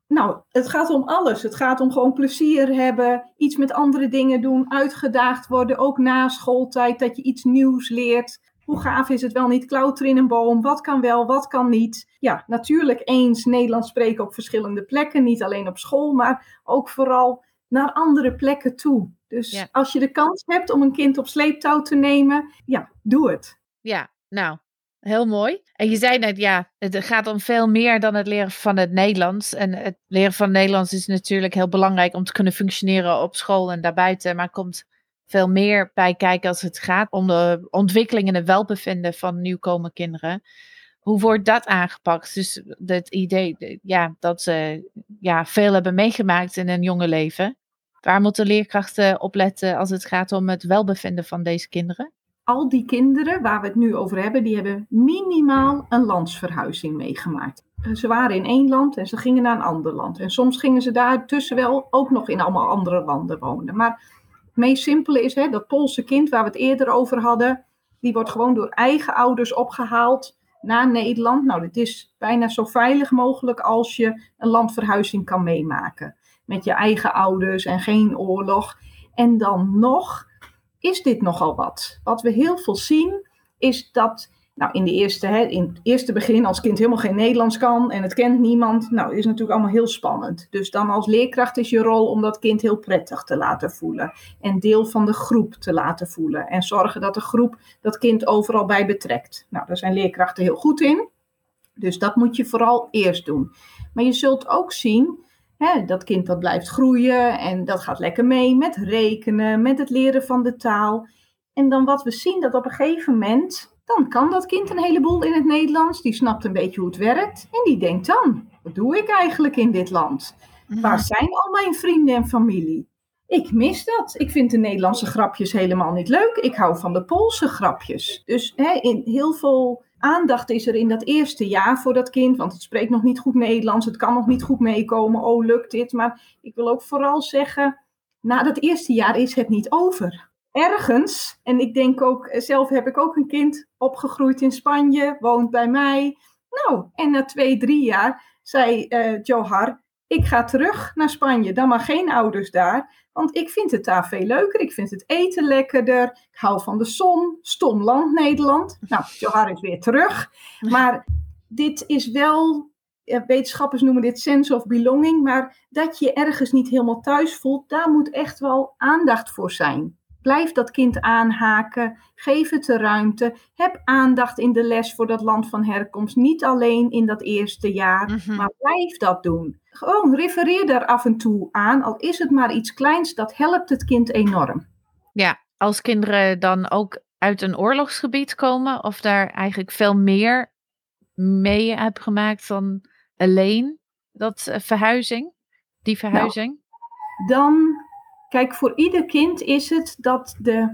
het gaat om alles. Het gaat om gewoon plezier hebben, iets met andere dingen doen, uitgedaagd worden, ook na schooltijd, dat je iets nieuws leert. Hoe gaaf is het wel niet? Klauteren in een boom. Wat kan wel, wat kan niet? Ja, natuurlijk eens Nederlands spreken op verschillende plekken. Niet alleen op school, maar ook vooral naar andere plekken toe. Dus als je de kans hebt om een kind op sleeptouw te nemen, doe het. Ja, nou, heel mooi. En je zei net, het gaat om veel meer dan het leren van het Nederlands. En het leren van Nederlands is natuurlijk heel belangrijk om te kunnen functioneren op school en daarbuiten. Maar komt veel meer bij kijken als het gaat om de ontwikkeling en het welbevinden van nieuwkomen kinderen. Hoe wordt dat aangepakt? Dus het idee dat ze veel hebben meegemaakt in hun jonge leven. Waar moeten leerkrachten op letten als het gaat om het welbevinden van deze kinderen? Al die kinderen waar we het nu over hebben, die hebben minimaal een landsverhuizing meegemaakt. Ze waren in 1 land en ze gingen naar een ander land. En soms gingen ze daartussen wel ook nog in allemaal andere landen wonen. Maar het meest simpele is, dat Poolse kind waar we het eerder over hadden, die wordt gewoon door eigen ouders opgehaald naar Nederland. Nou, dit is bijna zo veilig mogelijk als je een landverhuizing kan meemaken. Met je eigen ouders en geen oorlog. En dan nog is dit nogal wat. Wat we heel veel zien is dat Nou, in het eerste begin, als het kind helemaal geen Nederlands kan en het kent niemand, nou, is natuurlijk allemaal heel spannend. Dus dan als leerkracht is je rol om dat kind heel prettig te laten voelen. En deel van de groep te laten voelen. En zorgen dat de groep dat kind overal bij betrekt. Nou, daar zijn leerkrachten heel goed in. Dus dat moet je vooral eerst doen. Maar je zult ook zien, dat kind dat blijft groeien en dat gaat lekker mee met rekenen, met het leren van de taal. En dan wat we zien, dat op een gegeven moment, dan kan dat kind een heleboel in het Nederlands. Die snapt een beetje hoe het werkt. En die denkt dan, wat doe ik eigenlijk in dit land? Waar zijn al mijn vrienden en familie? Ik mis dat. Ik vind de Nederlandse grapjes helemaal niet leuk. Ik hou van de Poolse grapjes. Dus in heel veel aandacht is er in dat eerste jaar voor dat kind. Want het spreekt nog niet goed Nederlands. Het kan nog niet goed meekomen. Oh, lukt dit? Maar ik wil ook vooral zeggen, na dat eerste jaar is het niet over. Ergens, en ik denk ook, zelf heb ik ook een kind opgegroeid in Spanje, woont bij mij. Nou, en na 2-3 jaar zei Johar, ik ga terug naar Spanje, dan maar geen ouders daar. Want ik vind het daar veel leuker, ik vind het eten lekkerder, ik hou van de zon, stom land Nederland. Nou, Johar is weer terug, maar dit is wel, wetenschappers noemen dit sense of belonging, maar dat je ergens niet helemaal thuis voelt, daar moet echt wel aandacht voor zijn. Blijf dat kind aanhaken, geef het de ruimte, heb aandacht in de les voor dat land van herkomst. Niet alleen in dat eerste jaar, maar blijf dat doen. Gewoon refereer daar af en toe aan, al is het maar iets kleins, dat helpt het kind enorm. Ja, als kinderen dan ook uit een oorlogsgebied komen of daar eigenlijk veel meer mee hebben gemaakt dan alleen die verhuizing. Nou, dan... Kijk, voor ieder kind is het dat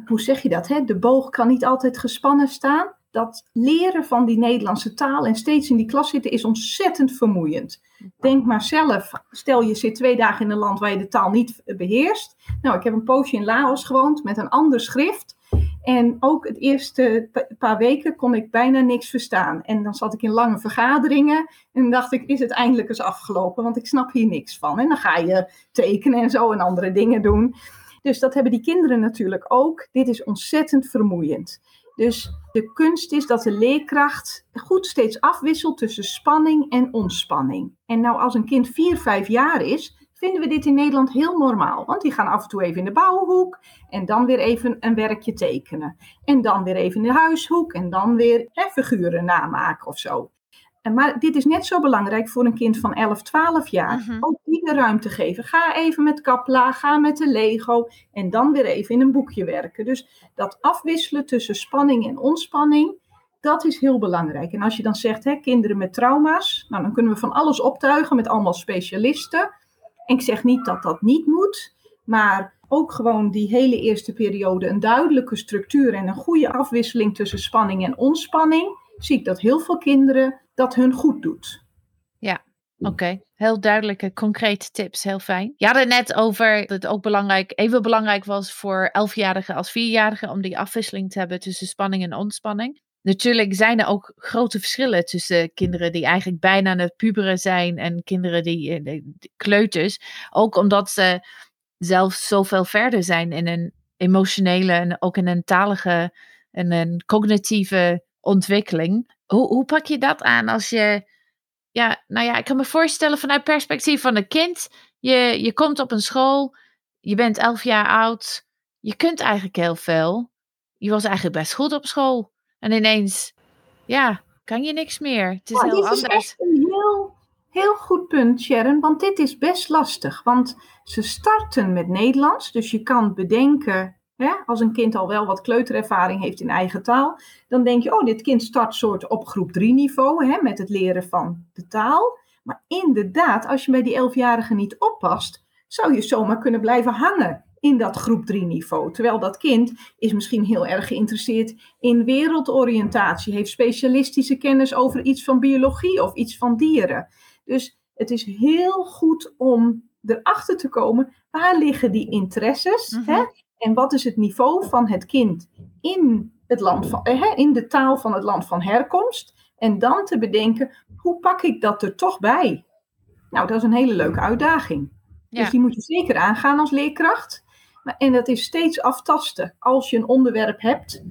de boog kan niet altijd gespannen staan. Dat leren van die Nederlandse taal en steeds in die klas zitten is ontzettend vermoeiend. Denk maar zelf, stel je zit 2 dagen in een land waar je de taal niet beheerst. Nou, ik heb een poosje in Laos gewoond met een ander schrift. En ook het eerste paar weken kon ik bijna niks verstaan. En dan zat ik in lange vergaderingen en dacht ik, is het eindelijk eens afgelopen? Want ik snap hier niks van. En dan ga je tekenen en zo en andere dingen doen. Dus dat hebben die kinderen natuurlijk ook. Dit is ontzettend vermoeiend. Dus de kunst is dat de leerkracht goed steeds afwisselt tussen spanning en ontspanning. En nou, als een kind 4-5 jaar is, vinden we dit in Nederland heel normaal. Want die gaan af en toe even in de bouwhoek en dan weer even een werkje tekenen. En dan weer even in de huishoek en dan weer figuren namaken of zo. Maar dit is net zo belangrijk voor een kind van 11-12 jaar. Ook die de ruimte geven. Ga even met Kapla, ga met de Lego en dan weer even in een boekje werken. Dus dat afwisselen tussen spanning en ontspanning, dat is heel belangrijk. En als je dan zegt, kinderen met trauma's, nou, dan kunnen we van alles optuigen met allemaal specialisten. En ik zeg niet dat dat niet moet, maar ook gewoon die hele eerste periode een duidelijke structuur en een goede afwisseling tussen spanning en ontspanning, zie ik dat heel veel kinderen dat hun goed doet. Ja, oké. Heel duidelijke, concrete tips. Heel fijn. Je had het net over dat het ook even belangrijk was voor 11-jarigen als 4-jarigen om die afwisseling te hebben tussen spanning en ontspanning. Natuurlijk zijn er ook grote verschillen tussen kinderen die eigenlijk bijna aan het puberen zijn en kinderen die kleuters. Ook omdat ze zelf zoveel verder zijn in een emotionele en ook in een talige en een cognitieve ontwikkeling. Hoe pak je dat aan als je... Ja, nou ja, ik kan me voorstellen vanuit het perspectief van een kind. Je komt op een school, je bent 11 jaar oud, je kunt eigenlijk heel veel. Je was eigenlijk best goed op school. En ineens, kan je niks meer. Het is heel dit anders. Is echt een heel goed punt, Sharon, want dit is best lastig. Want ze starten met Nederlands, dus je kan bedenken, als een kind al wel wat kleuterervaring heeft in eigen taal, dan denk je, dit kind start soort op groep 3 niveau, met het leren van de taal. Maar inderdaad, als je bij die 11-jarige niet oppast, zou je zomaar kunnen blijven hangen in dat groep 3 niveau. Terwijl dat kind is misschien heel erg geïnteresseerd in wereldoriëntatie, heeft specialistische kennis over iets van biologie of iets van dieren. Dus het is heel goed om erachter te komen, waar liggen die interesses, en wat is het niveau van het kind in de taal van het land van herkomst. En dan te bedenken, hoe pak ik dat er toch bij? Nou, dat is een hele leuke uitdaging. Ja. Dus die moet je zeker aangaan als leerkracht. En dat is steeds aftasten. Als je een onderwerp hebt,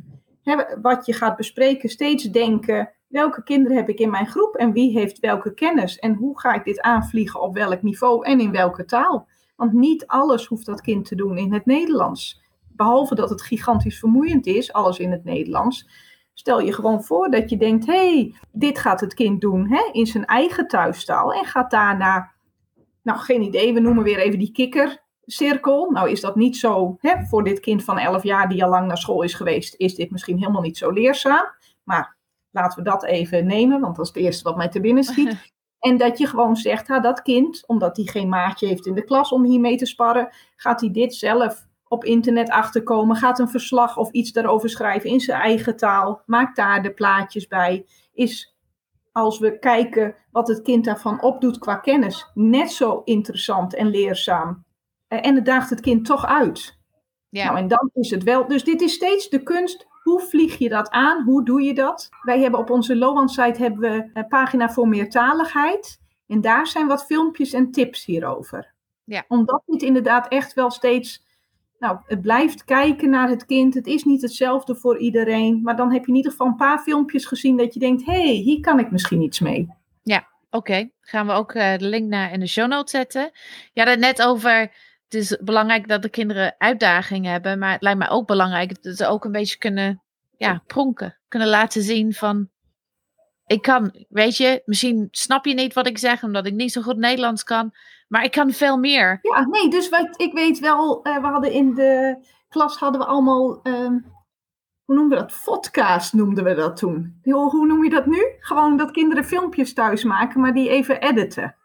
wat je gaat bespreken, steeds denken, welke kinderen heb ik in mijn groep en wie heeft welke kennis en hoe ga ik dit aanvliegen op welk niveau en in welke taal. Want niet alles hoeft dat kind te doen in het Nederlands. Behalve dat het gigantisch vermoeiend is, alles in het Nederlands. Stel je gewoon voor dat je denkt, dit gaat het kind doen in zijn eigen thuistaal en gaat daarna, nou geen idee, we noemen weer even die kikkercirkel. Nou is dat niet zo, voor dit kind van 11 jaar die al lang naar school is geweest, is dit misschien helemaal niet zo leerzaam. Maar laten we dat even nemen, want dat is het eerste wat mij te binnen schiet. En dat je gewoon zegt, dat kind, omdat hij geen maatje heeft in de klas om hiermee te sparren, gaat hij dit zelf op internet achterkomen, gaat een verslag of iets daarover schrijven in zijn eigen taal, maakt daar de plaatjes bij. Is, als we kijken wat het kind daarvan opdoet qua kennis, net zo interessant en leerzaam. En het daagt het kind toch uit. Ja. Nou, en dan is het wel. Dus dit is steeds de kunst. Hoe vlieg je dat aan? Hoe doe je dat? Wij hebben op onze Loan-site hebben we een pagina voor meertaligheid. En daar zijn wat filmpjes en tips hierover. Ja. Omdat het inderdaad echt wel steeds... Nou, het blijft kijken naar het kind. Het is niet hetzelfde voor iedereen. Maar dan heb je in ieder geval een paar filmpjes gezien dat je denkt, hier kan ik misschien iets mee. Ja, oké. Gaan we ook de link naar in de show notes zetten. Ja, het net over, het is belangrijk dat de kinderen uitdagingen hebben. Maar het lijkt mij ook belangrijk dat ze ook een beetje kunnen pronken. Kunnen laten zien van, ik kan, weet je, misschien snap je niet wat ik zeg, omdat ik niet zo goed Nederlands kan. Maar ik kan veel meer. Ja, nee, dus ik weet wel, we hadden in de klas allemaal, hoe noemen we dat? Vodka's noemden we dat toen. Hoe noem je dat nu? Gewoon dat kinderen filmpjes thuis maken, maar die even editen.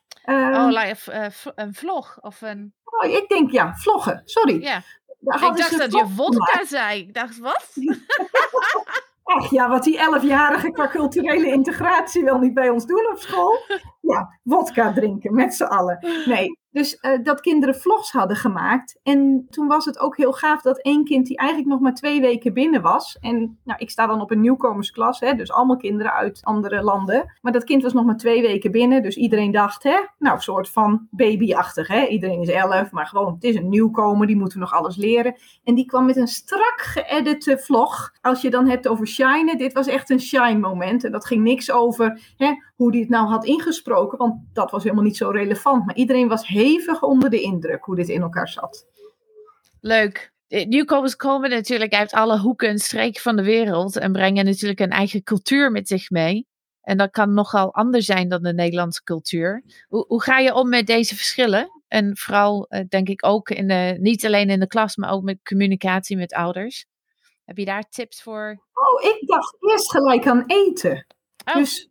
Een vlog of een... Oh, ik denk, vloggen, sorry. Ja. Ik dacht dat je vodka zei. Ik dacht, wat? Ach ja, wat die 11-jarigen qua culturele integratie wel niet bij ons doen op school. Ja, vodka drinken met z'n allen. Nee, dus dat kinderen vlogs hadden gemaakt. En toen was het ook heel gaaf dat één kind die eigenlijk nog maar 2 weken binnen was. En nou, ik sta dan op een nieuwkomersklas, dus allemaal kinderen uit andere landen. Maar dat kind was nog maar 2 weken binnen. Dus iedereen dacht, een soort van babyachtig. Iedereen is 11, maar gewoon, het is een nieuwkomer, die moeten nog alles leren. En die kwam met een strak geëdite vlog. Als je dan hebt over shinen, dit was echt een shine moment. En dat ging niks over hoe die het nou had ingesproken, want dat was helemaal niet zo relevant. Maar iedereen was hevig onder de indruk hoe dit in elkaar zat. Leuk. Nieuwkomers komen natuurlijk uit alle hoeken en streken van de wereld en brengen natuurlijk een eigen cultuur met zich mee. En dat kan nogal anders zijn dan de Nederlandse cultuur. Hoe ga je om met deze verschillen? En vooral denk ik ook niet alleen in de klas, maar ook met communicatie met ouders. Heb je daar tips voor? Oh, ik dacht eerst gelijk aan eten. Oh, dus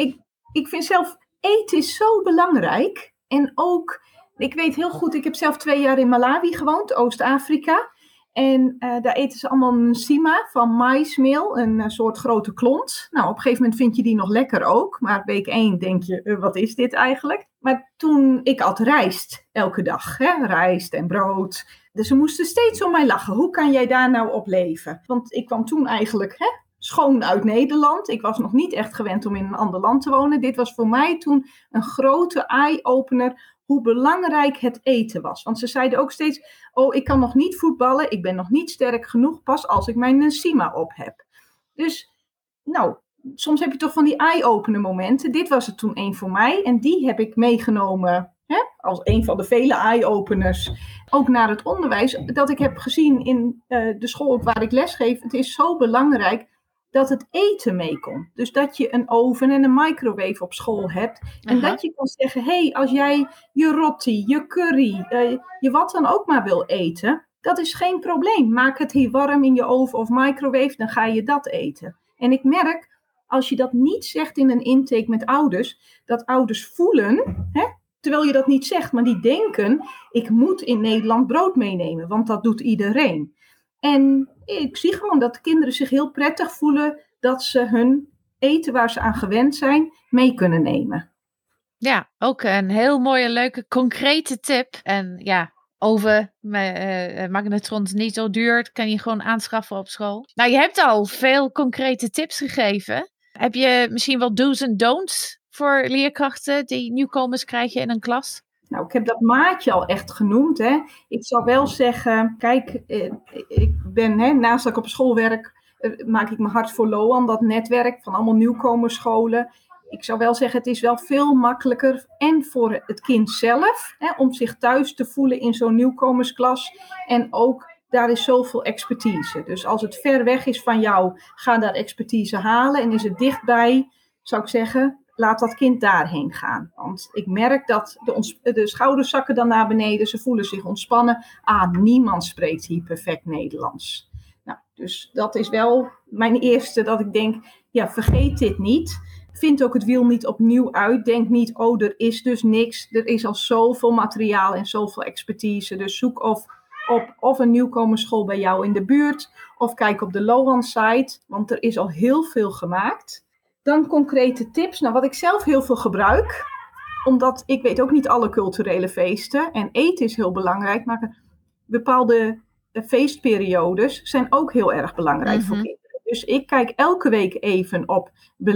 ik vind zelf, eten is zo belangrijk. En ook, ik weet heel goed, ik heb zelf 2 jaar in Malawi gewoond, Oost-Afrika. En daar eten ze allemaal nsima van maïsmeel, een soort grote klont. Nou, op een gegeven moment vind je die nog lekker ook. Maar week 1 denk je, wat is dit eigenlijk? Maar toen, ik at rijst elke dag, rijst en brood. Dus ze moesten steeds om mij lachen. Hoe kan jij daar nou op leven? Want ik kwam toen eigenlijk schoon uit Nederland. Ik was nog niet echt gewend om in een ander land te wonen. Dit was voor mij toen een grote eye-opener hoe belangrijk het eten was. Want ze zeiden ook steeds, ik kan nog niet voetballen, ik ben nog niet sterk genoeg, pas als ik mijn nsima op heb. Dus, nou, soms heb je toch van die eye-opener momenten. Dit was er toen één voor mij en die heb ik meegenomen als een van de vele eye-openers ook naar het onderwijs. Dat ik heb gezien in de school waar ik lesgeef, het is zo belangrijk dat het eten meekomt. Dus dat je een oven en een microwave op school hebt. En dat je kan zeggen, als jij je roti, je curry, je wat dan ook maar wil eten, dat is geen probleem. Maak het hier warm in je oven of microwave, dan ga je dat eten. En ik merk, als je dat niet zegt in een intake met ouders, dat ouders voelen, terwijl je dat niet zegt, maar die denken, ik moet in Nederland brood meenemen, want dat doet iedereen. En ik zie gewoon dat de kinderen zich heel prettig voelen dat ze hun eten waar ze aan gewend zijn mee kunnen nemen. Ja, ook een heel mooie, leuke, concrete tip. En oven, magnetrons niet zo duur, dat kan je gewoon aanschaffen op school. Nou, je hebt al veel concrete tips gegeven. Heb je misschien wel do's en don'ts voor leerkrachten die nieuwkomers krijgen in een klas? Nou, ik heb dat maatje al echt genoemd. Ik zal wel zeggen, kijk, ik ben naast dat ik op school werk, maak ik me hard voor Loan, dat netwerk van allemaal nieuwkomersscholen. Ik zou wel zeggen, het is wel veel makkelijker en voor het kind zelf, om zich thuis te voelen in zo'n nieuwkomersklas. En ook, daar is zoveel expertise. Dus als het ver weg is van jou, ga daar expertise halen. En is het dichtbij, zou ik zeggen, laat dat kind daarheen gaan. Want ik merk dat de schouders zakken dan naar beneden. Ze voelen zich ontspannen. Niemand spreekt hier perfect Nederlands. Nou, dus dat is wel mijn eerste dat ik denk, vergeet dit niet. Vind ook het wiel niet opnieuw uit. Denk niet, er is dus niks. Er is al zoveel materiaal en zoveel expertise. Dus zoek of een nieuwkomersschool bij jou in de buurt. Of kijk op de Loan site. Want er is al heel veel gemaakt. Dan concrete tips. Nou, wat ik zelf heel veel gebruik. Omdat ik weet ook niet alle culturele feesten. En eten is heel belangrijk. Maar bepaalde feestperiodes zijn ook heel erg belangrijk voor kinderen. Dus ik kijk elke week even op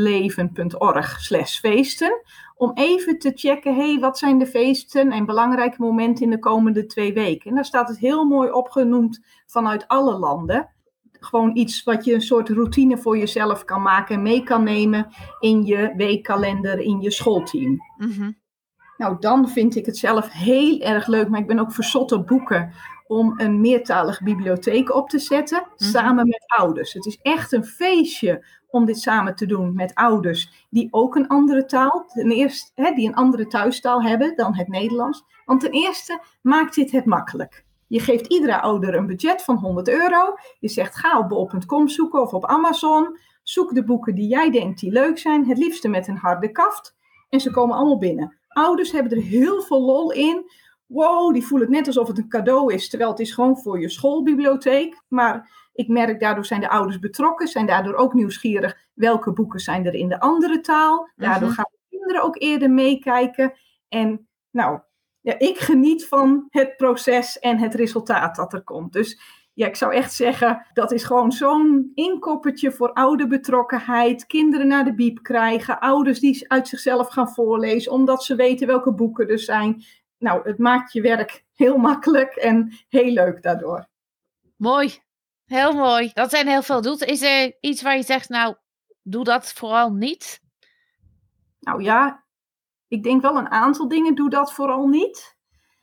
beleven.org/feesten. Om even te checken, wat zijn de feesten en belangrijke momenten in de komende 2 weken. En daar staat het heel mooi opgenoemd vanuit alle landen. Gewoon iets wat je een soort routine voor jezelf kan maken en mee kan nemen in je weekkalender, in je schoolteam. Mm-hmm. Nou, dan vind ik het zelf heel erg leuk, maar ik ben ook verzot op boeken, om een meertalige bibliotheek op te zetten, samen met ouders. Het is echt een feestje om dit samen te doen met ouders die ook een andere taal, die een andere thuistaal hebben dan het Nederlands. Want ten eerste maakt dit het makkelijk. Je geeft iedere ouder een budget van €100. Je zegt, ga op bol.com zoeken of op Amazon. Zoek de boeken die jij denkt die leuk zijn, het liefste met een harde kaft. En ze komen allemaal binnen. Ouders hebben er heel veel lol in. Wow, die voelen het net alsof het een cadeau is, terwijl het is gewoon voor je schoolbibliotheek. Maar ik merk, daardoor zijn de ouders betrokken, zijn daardoor ook nieuwsgierig welke boeken zijn er in de andere taal. Daardoor gaan de kinderen ook eerder meekijken. En nou, ik geniet van het proces en het resultaat dat er komt. Dus ik zou echt zeggen, dat is gewoon zo'n inkoppertje voor ouderbetrokkenheid. Kinderen naar de biep krijgen, ouders die uit zichzelf gaan voorlezen, omdat ze weten welke boeken er zijn. Nou, het maakt je werk heel makkelijk en heel leuk daardoor. Mooi, heel mooi. Dat zijn heel veel doelen. Is er iets waar je zegt, nou, doe dat vooral niet? Nou ja, ik denk wel een aantal dingen, doe dat vooral niet.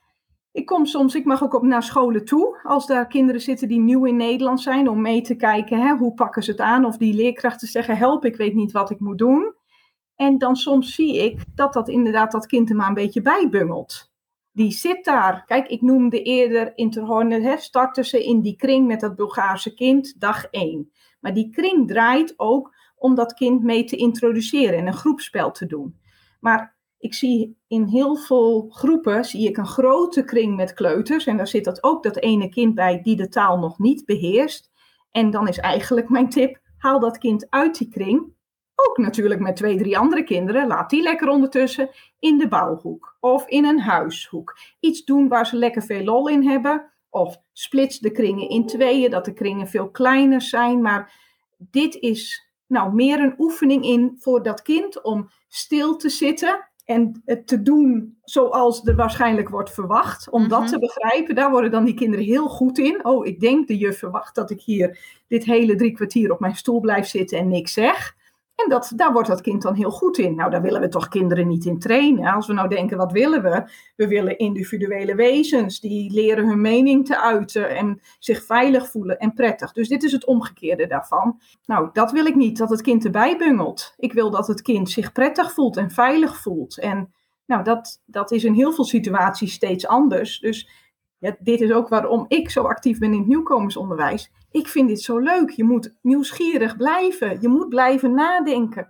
Ik mag ook naar scholen toe, als daar kinderen zitten die nieuw in Nederland zijn, om mee te kijken, hoe pakken ze het aan? Of die leerkrachten zeggen, help, ik weet niet wat ik moet doen. En dan soms zie ik dat inderdaad dat kind er maar een beetje bijbungelt. Die zit daar. Kijk, ik noemde eerder in Ter Horne, starten ze in die kring met dat Bulgaarse kind, dag 1. Maar die kring draait ook om dat kind mee te introduceren en een groepspel te doen. Maar ik zie in heel veel groepen een grote kring met kleuters. En daar zit dat ene kind bij die de taal nog niet beheerst. En dan is eigenlijk mijn tip, haal dat kind uit die kring. Ook natuurlijk met 2, 3 andere kinderen. Laat die lekker ondertussen in de bouwhoek of in een huishoek. Iets doen waar ze lekker veel lol in hebben. Of splits de kringen in 2, dat de kringen veel kleiner zijn. Maar dit is meer een oefening voor dat kind om stil te zitten en het te doen zoals er waarschijnlijk wordt verwacht. Om dat te begrijpen, daar worden dan die kinderen heel goed in. Oh, ik denk de juf verwacht dat ik hier dit hele 3 kwartier op mijn stoel blijf zitten en niks zeg. En daar wordt dat kind dan heel goed in. Nou, daar willen we toch kinderen niet in trainen. Als we nou denken, wat willen we? We willen individuele wezens die leren hun mening te uiten en zich veilig voelen en prettig. Dus dit is het omgekeerde daarvan. Nou, dat wil ik niet, dat het kind erbij bungelt. Ik wil dat het kind zich prettig voelt en veilig voelt. En nou, dat is in heel veel situaties steeds anders. Dus dit is ook waarom ik zo actief ben in het nieuwkomersonderwijs. Ik vind dit zo leuk. Je moet nieuwsgierig blijven. Je moet blijven nadenken.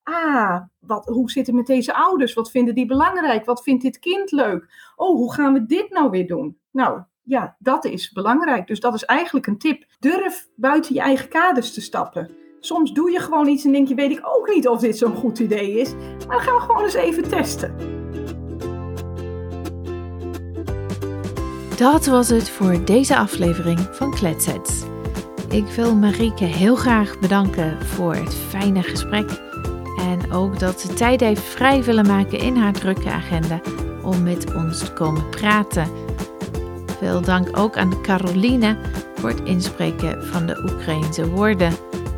Hoe zit het met deze ouders? Wat vinden die belangrijk? Wat vindt dit kind leuk? Oh, hoe gaan we dit nou weer doen? Nou, ja, dat is belangrijk. Dus dat is eigenlijk een tip. Durf buiten je eigen kaders te stappen. Soms doe je gewoon iets en denk je, weet ik ook niet of dit zo'n goed idee is. Maar dan gaan we gewoon eens even testen. Dat was het voor deze aflevering van Kletsets. Ik wil Marieke heel graag bedanken voor het fijne gesprek. En ook dat ze tijd heeft vrij willen maken in haar drukke agenda om met ons te komen praten. Veel dank ook aan Caroline voor het inspreken van de Oekraïense woorden.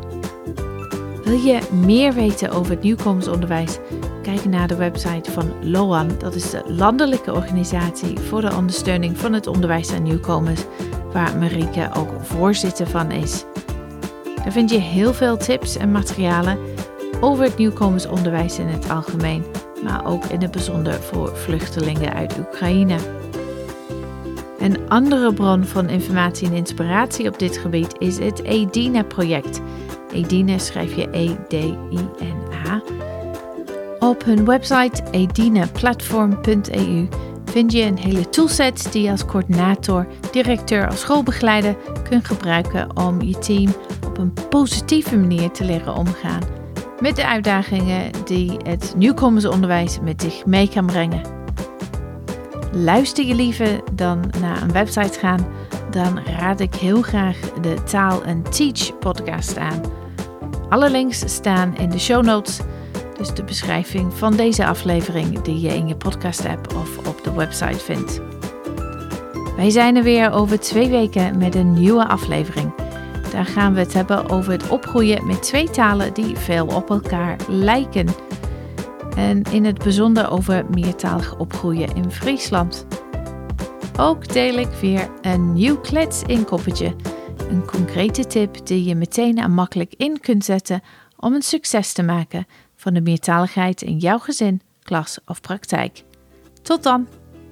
Wil je meer weten over het nieuwkomensonderwijs? Kijk naar de website van LOAN. Dat is de landelijke organisatie voor de ondersteuning van het onderwijs aan nieuwkomers, waar Marieke ook voorzitter van is. Daar vind je heel veel tips en materialen over het nieuwkomensonderwijs in het algemeen, maar ook in het bijzonder voor vluchtelingen uit Oekraïne. Een andere bron van informatie en inspiratie op dit gebied is het EDINA-project. EDINA schrijf je E-D-I-N-A. Op hun website edinaplatform.eu vind je een hele toolset die je als coördinator, directeur of schoolbegeleider kunt gebruiken om je team op een positieve manier te leren omgaan met de uitdagingen die het nieuwkomensonderwijs met zich mee kan brengen. Luister je liever dan naar een website gaan, dan raad ik heel graag de Taal & Teach podcast aan. Alle links staan in de show notes, dus de beschrijving van deze aflevering die je in je podcast app of op de website vindt. Wij zijn er weer over 2 weken met een nieuwe aflevering. Daar gaan we het hebben over het opgroeien met 2 talen die veel op elkaar lijken. En in het bijzonder over meertalig opgroeien in Friesland. Ook deel ik weer een nieuw klets-inkoppetje. Een concrete tip die je meteen en makkelijk in kunt zetten om een succes te maken van de meertaligheid in jouw gezin, klas of praktijk. Tot dan!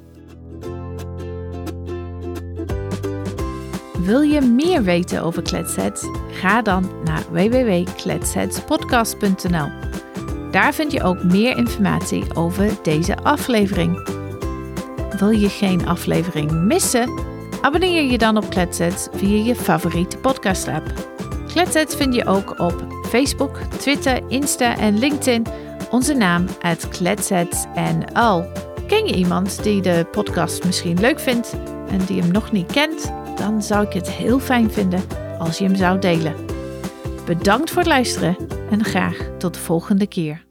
Wil je meer weten over Kletsets? Ga dan naar www.kletsetspodcast.nl. Daar vind je ook meer informatie over deze aflevering. Wil je geen aflevering missen? Abonneer je dan op Kletsets via je favoriete podcast-app. Kletsets vind je ook op Facebook, Twitter, Insta en LinkedIn. Onze naam @kletsetsnl. Ken je iemand die de podcast misschien leuk vindt en die hem nog niet kent? Dan zou ik het heel fijn vinden als je hem zou delen. Bedankt voor het luisteren en graag tot de volgende keer.